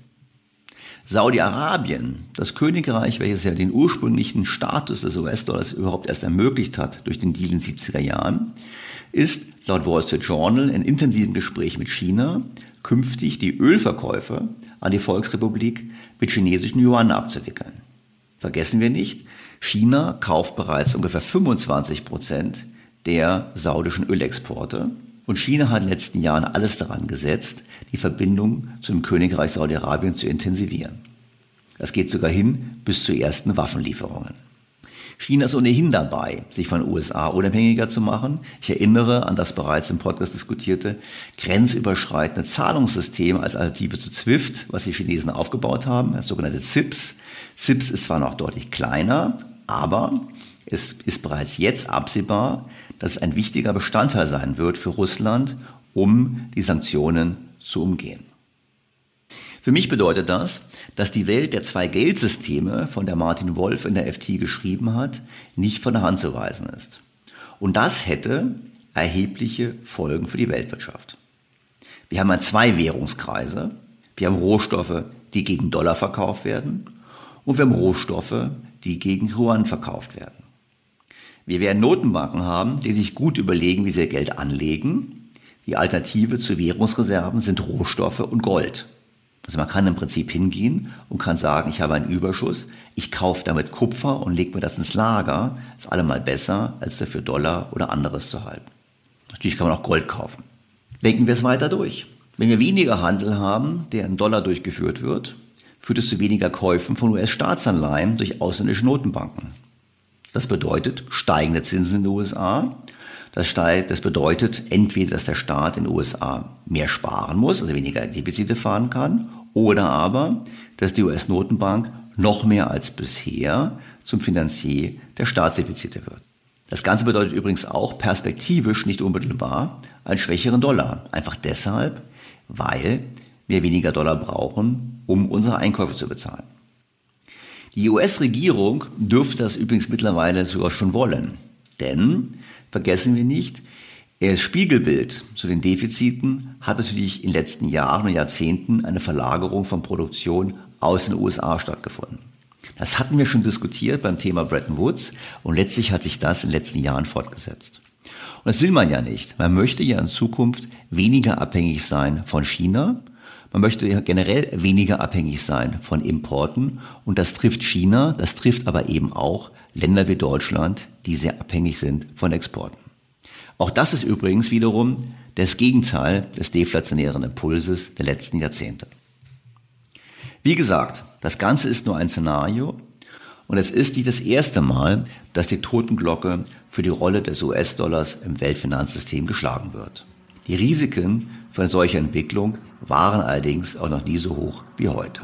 D: Saudi-Arabien, das Königreich, welches ja den ursprünglichen Status des U S-Dollars überhaupt erst ermöglicht hat durch den Deal in den siebziger Jahren, ist laut Wall Street Journal in intensivem Gespräch mit China, künftig die Ölverkäufe an die Volksrepublik mit chinesischen Yuan abzuwickeln. Vergessen wir nicht, China kauft bereits ungefähr fünfundzwanzig Prozent der saudischen Ölexporte. Und China hat in den letzten Jahren alles daran gesetzt, die Verbindung zum Königreich Saudi-Arabien zu intensivieren. Das geht sogar hin bis zu ersten Waffenlieferungen. China ist ohnehin dabei, sich von den U S A unabhängiger zu machen. Ich erinnere an das bereits im Podcast diskutierte grenzüberschreitende Zahlungssystem als Alternative zu SWIFT, was die Chinesen aufgebaut haben, das sogenannte C I P S. C I P S ist zwar noch deutlich kleiner, aber es ist bereits jetzt absehbar, dass es ein wichtiger Bestandteil sein wird für Russland, um die Sanktionen zu umgehen. Für mich bedeutet das, dass die Welt der zwei Geldsysteme, von der Martin Wolf in der F T geschrieben hat, nicht von der Hand zu weisen ist. Und das hätte erhebliche Folgen für die Weltwirtschaft. Wir haben ja zwei Währungskreise. Wir haben Rohstoffe, die gegen Dollar verkauft werden, und wir haben Rohstoffe, die gegen Yuan verkauft werden. Wir werden Notenbanken haben, die sich gut überlegen, wie sie ihr Geld anlegen. Die Alternative zu Währungsreserven sind Rohstoffe und Gold. Also man kann im Prinzip hingehen und kann sagen, ich habe einen Überschuss, ich kaufe damit Kupfer und lege mir das ins Lager. Das ist allemal besser, als dafür Dollar oder anderes zu halten. Natürlich kann man auch Gold kaufen. Denken wir es weiter durch. Wenn wir weniger Handel haben, der in Dollar durchgeführt wird, führt es zu weniger Käufen von U S-Staatsanleihen durch ausländische Notenbanken. Das bedeutet steigende Zinsen in den U S A. Das, steigt, das bedeutet entweder, dass der Staat in den U S A mehr sparen muss, also weniger Defizite fahren kann, oder aber, dass die U S-Notenbank noch mehr als bisher zum Finanzier der Staatsdefizite wird. Das Ganze bedeutet übrigens auch perspektivisch nicht unmittelbar einen schwächeren Dollar. Einfach deshalb, weil wir weniger Dollar brauchen, um unsere Einkäufe zu bezahlen. Die U S-Regierung dürfte das übrigens mittlerweile sogar schon wollen. Denn, vergessen wir nicht, das Spiegelbild zu den Defiziten hat natürlich in den letzten Jahren und Jahrzehnten eine Verlagerung von Produktion aus den U S A stattgefunden. Das hatten wir schon diskutiert beim Thema Bretton Woods und letztlich hat sich das in den letzten Jahren fortgesetzt. Und das will man ja nicht. Man möchte ja in Zukunft weniger abhängig sein von China. Man möchte ja generell weniger abhängig sein von Importen und das trifft China, das trifft aber eben auch Länder wie Deutschland, die sehr abhängig sind von Exporten. Auch das ist übrigens wiederum das Gegenteil des deflationären Impulses der letzten Jahrzehnte. Wie gesagt, das Ganze ist nur ein Szenario und es ist nicht das erste Mal, dass die Totenglocke für die Rolle des U S-Dollars im Weltfinanzsystem geschlagen wird. Die Risiken für eine solche Entwicklung waren allerdings auch noch nie so hoch wie heute.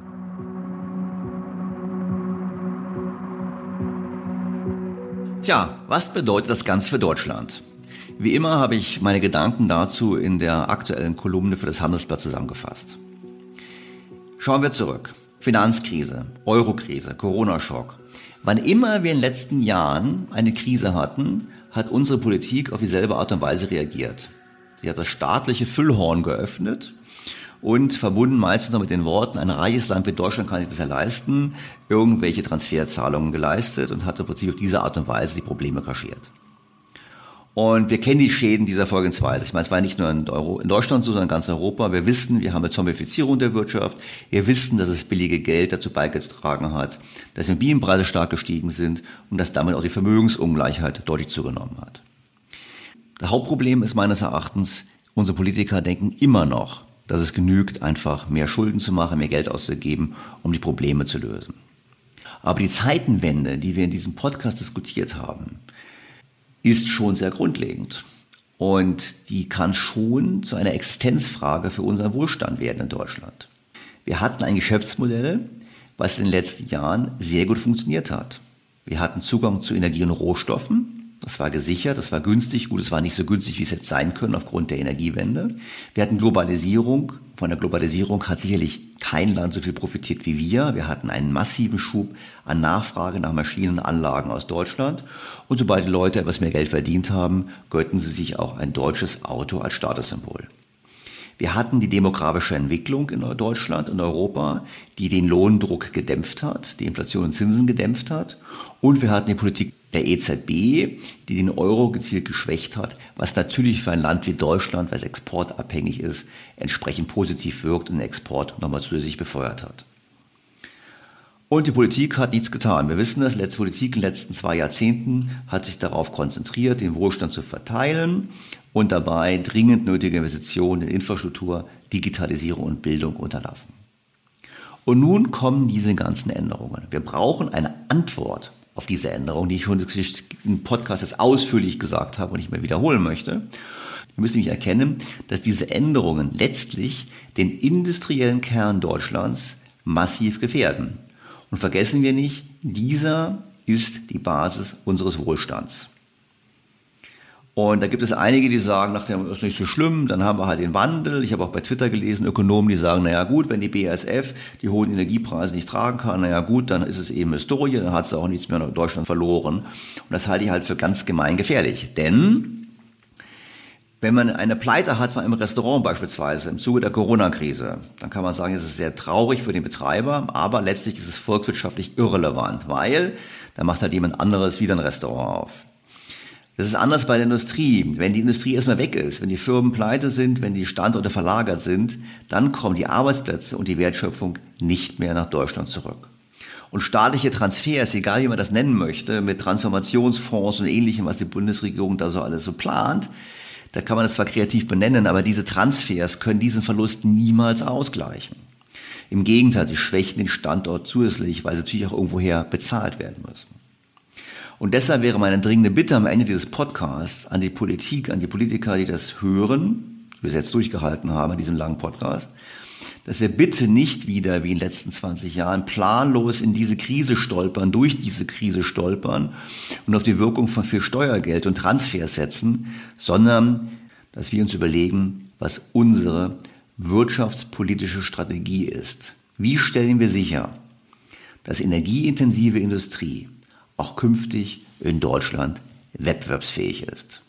D: Tja, was bedeutet das Ganze für Deutschland? Wie immer habe ich meine Gedanken dazu in der aktuellen Kolumne für das Handelsblatt zusammengefasst. Schauen wir zurück. Finanzkrise, Eurokrise, Corona-Schock. Wann immer wir in den letzten Jahren eine Krise hatten, hat unsere Politik auf dieselbe Art und Weise reagiert. Sie hat das staatliche Füllhorn geöffnet und verbunden meistens noch mit den Worten, ein reiches Land wie Deutschland kann sich das ja leisten, irgendwelche Transferzahlungen geleistet und hat im Prinzip auf diese Art und Weise die Probleme kaschiert. Und wir kennen die Schäden dieser Vorgehensweise. Ich meine, es war nicht nur in, Euro, in Deutschland so, sondern in ganz Europa. Wir wissen, wir haben eine Zombifizierung der Wirtschaft. Wir wissen, dass das billige Geld dazu beigetragen hat, dass die Immobilienpreise stark gestiegen sind und dass damit auch die Vermögensungleichheit deutlich zugenommen hat. Das Hauptproblem ist meines Erachtens, unsere Politiker denken immer noch, dass es genügt, einfach mehr Schulden zu machen, mehr Geld auszugeben, um die Probleme zu lösen. Aber die Zeitenwende, die wir in diesem Podcast diskutiert haben, ist schon sehr grundlegend. Und die kann schon zu einer Existenzfrage für unseren Wohlstand werden in Deutschland. Wir hatten ein Geschäftsmodell, was in den letzten Jahren sehr gut funktioniert hat. Wir hatten Zugang zu Energie und Rohstoffen. Das war gesichert, das war günstig. Gut, es war nicht so günstig, wie es hätte sein können aufgrund der Energiewende. Wir hatten Globalisierung. Von der Globalisierung hat sicherlich kein Land so viel profitiert wie wir. Wir hatten einen massiven Schub an Nachfrage nach Maschinen und Anlagen aus Deutschland. Und sobald die Leute etwas mehr Geld verdient haben, gönnten sie sich auch ein deutsches Auto als Statussymbol. Wir hatten die demografische Entwicklung in Deutschland und Europa, die den Lohndruck gedämpft hat, die Inflation und Zinsen gedämpft hat. Und wir hatten die Politik der E Z B, die den Euro gezielt geschwächt hat, was natürlich für ein Land wie Deutschland, was exportabhängig ist, entsprechend positiv wirkt und den Export nochmal zusätzlich befeuert hat. Und die Politik hat nichts getan. Wir wissen das, die Politik in den letzten zwei Jahrzehnten hat sich darauf konzentriert, den Wohlstand zu verteilen und dabei dringend nötige Investitionen in Infrastruktur, Digitalisierung und Bildung unterlassen. Und nun kommen diese ganzen Änderungen. Wir brauchen eine Antwort auf diese Änderungen, die ich schon im Podcast jetzt ausführlich gesagt habe und nicht mehr wiederholen möchte. Wir müssen nämlich erkennen, dass diese Änderungen letztlich den industriellen Kern Deutschlands massiv gefährden. Und vergessen wir nicht, dieser ist die Basis unseres Wohlstands. Und da gibt es einige, die sagen, nach dem, das ist nicht so schlimm, dann haben wir halt den Wandel. Ich habe auch bei Twitter gelesen, Ökonomen, die sagen, naja gut, wenn die B A S F die hohen Energiepreise nicht tragen kann, naja gut, dann ist es eben Historie, dann hat sie auch nichts mehr in Deutschland verloren. Und das halte ich halt für ganz gemein gefährlich. Denn wenn man eine Pleite hat von einem Restaurant beispielsweise im Zuge der Corona-Krise, dann kann man sagen, es ist sehr traurig für den Betreiber, aber letztlich ist es volkswirtschaftlich irrelevant, weil da macht halt jemand anderes wieder ein Restaurant auf. Das ist anders bei der Industrie. Wenn die Industrie erstmal weg ist, wenn die Firmen pleite sind, wenn die Standorte verlagert sind, dann kommen die Arbeitsplätze und die Wertschöpfung nicht mehr nach Deutschland zurück. Und staatliche Transfers, egal wie man das nennen möchte, mit Transformationsfonds und Ähnlichem, was die Bundesregierung da so alles so plant, da kann man das zwar kreativ benennen, aber diese Transfers können diesen Verlust niemals ausgleichen. Im Gegenteil, sie schwächen den Standort zusätzlich, weil sie natürlich auch irgendwoher bezahlt werden müssen. Und deshalb wäre meine dringende Bitte am Ende dieses Podcasts an die Politik, an die Politiker, die das hören, die wir es jetzt durchgehalten haben in diesem langen Podcast, dass wir bitte nicht wieder wie in den letzten zwanzig Jahren planlos in diese Krise stolpern, durch diese Krise stolpern und auf die Wirkung von viel Steuergeld und Transfers setzen, sondern dass wir uns überlegen, was unsere wirtschaftspolitische Strategie ist. Wie stellen wir sicher, dass energieintensive Industrie auch künftig in Deutschland wettbewerbsfähig ist?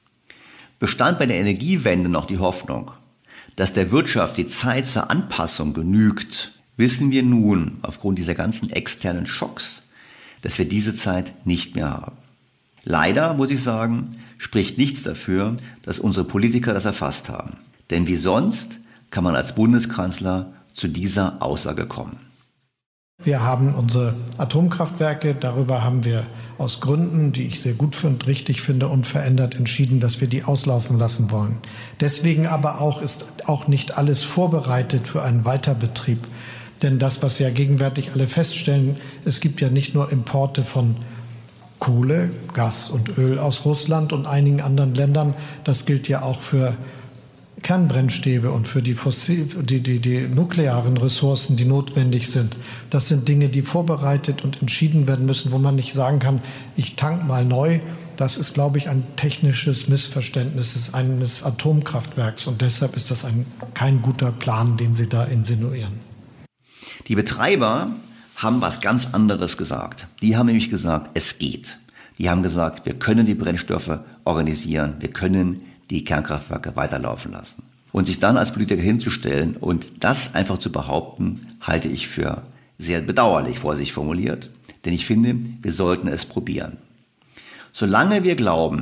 D: Bestand bei der Energiewende noch die Hoffnung, dass der Wirtschaft die Zeit zur Anpassung genügt, wissen wir nun aufgrund dieser ganzen externen Schocks, dass wir diese Zeit nicht mehr haben. Leider, muss ich sagen, spricht nichts dafür, dass unsere Politiker das erfasst haben. Denn wie sonst kann man als Bundeskanzler zu dieser Aussage kommen?
F: Wir haben unsere Atomkraftwerke, darüber haben wir aus Gründen, die ich sehr gut und richtig finde, unverändert entschieden, dass wir die auslaufen lassen wollen. Deswegen aber auch ist auch nicht alles vorbereitet für einen Weiterbetrieb. Denn das, was ja gegenwärtig alle feststellen, es gibt ja nicht nur Importe von Kohle, Gas und Öl aus Russland und einigen anderen Ländern, das gilt ja auch für Kernbrennstäbe und für die, Fossil, die, die, die nuklearen Ressourcen, die notwendig sind. Das sind Dinge, die vorbereitet und entschieden werden müssen, wo man nicht sagen kann, ich tank mal neu. Das ist, glaube ich, ein technisches Missverständnis eines Atomkraftwerks. Und deshalb ist das ein, kein guter Plan, den Sie da insinuieren.
D: Die Betreiber haben was ganz anderes gesagt. Die haben nämlich gesagt, es geht. Die haben gesagt, wir können die Brennstoffe organisieren, wir können die Kernkraftwerke weiterlaufen lassen. Und sich dann als Politiker hinzustellen und das einfach zu behaupten, halte ich für sehr bedauerlich, vorsichtig formuliert. Denn ich finde, wir sollten es probieren. Solange wir glauben,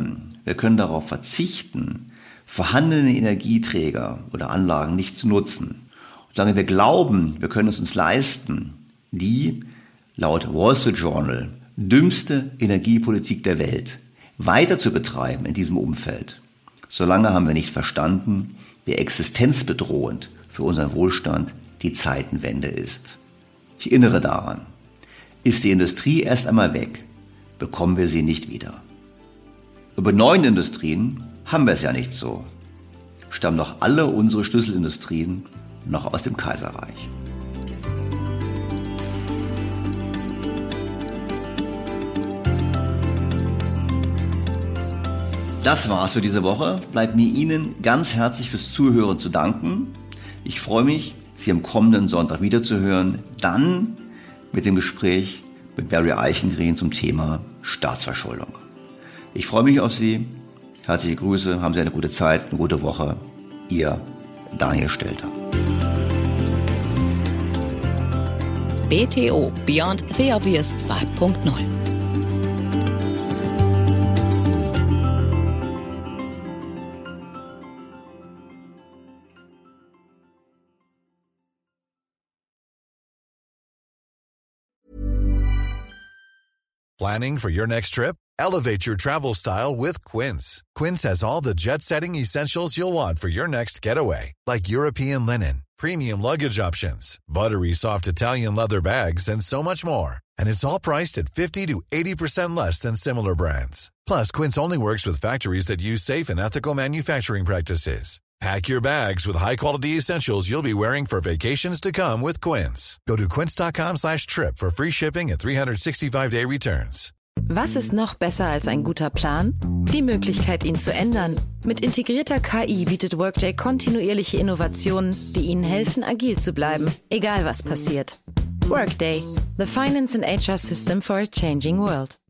D: wir können darauf verzichten, vorhandene Energieträger oder Anlagen nicht zu nutzen. Und solange wir glauben, wir können es uns leisten, die laut Wall Street Journal dümmste Energiepolitik der Welt weiter zu betreiben in diesem Umfeld, solange haben wir nicht verstanden, wie existenzbedrohend für unseren Wohlstand die Zeitenwende ist. Ich erinnere daran, ist die Industrie erst einmal weg, bekommen wir sie nicht wieder. Über neuen Industrien haben wir es ja nicht so. Stammen noch alle unsere Schlüsselindustrien noch aus dem Kaiserreich. Das war's für diese Woche. Bleibt mir Ihnen ganz herzlich fürs Zuhören zu danken. Ich freue mich, Sie am kommenden Sonntag wiederzuhören. Dann mit dem Gespräch mit Barry Eichengreen zum Thema Staatsverschuldung. Ich freue mich auf Sie. Herzliche Grüße, haben Sie eine gute Zeit, eine gute Woche. Ihr Daniel Stelter.
C: B T O Beyond the Obvious zwei Punkt null.
G: Planning for your next trip? Elevate your travel style with Quince. Quince has all the jet-setting essentials you'll want for your next getaway, like European linen, premium luggage options, buttery soft Italian leather bags, and so much more. And it's all priced at fifty to eighty percent less than similar brands. Plus, Quince only works with factories that use safe and ethical manufacturing practices. Pack your bags with high-quality essentials you'll be wearing for vacations to come with Quince. Go to quince.com slash trip for free shipping and three sixty-five day returns.
A: Was ist noch besser als ein guter Plan? Die Möglichkeit, ihn zu ändern. Mit integrierter K I bietet Workday kontinuierliche Innovationen, die Ihnen helfen, agil zu bleiben, egal was passiert. Workday, the finance and H R system for a changing world.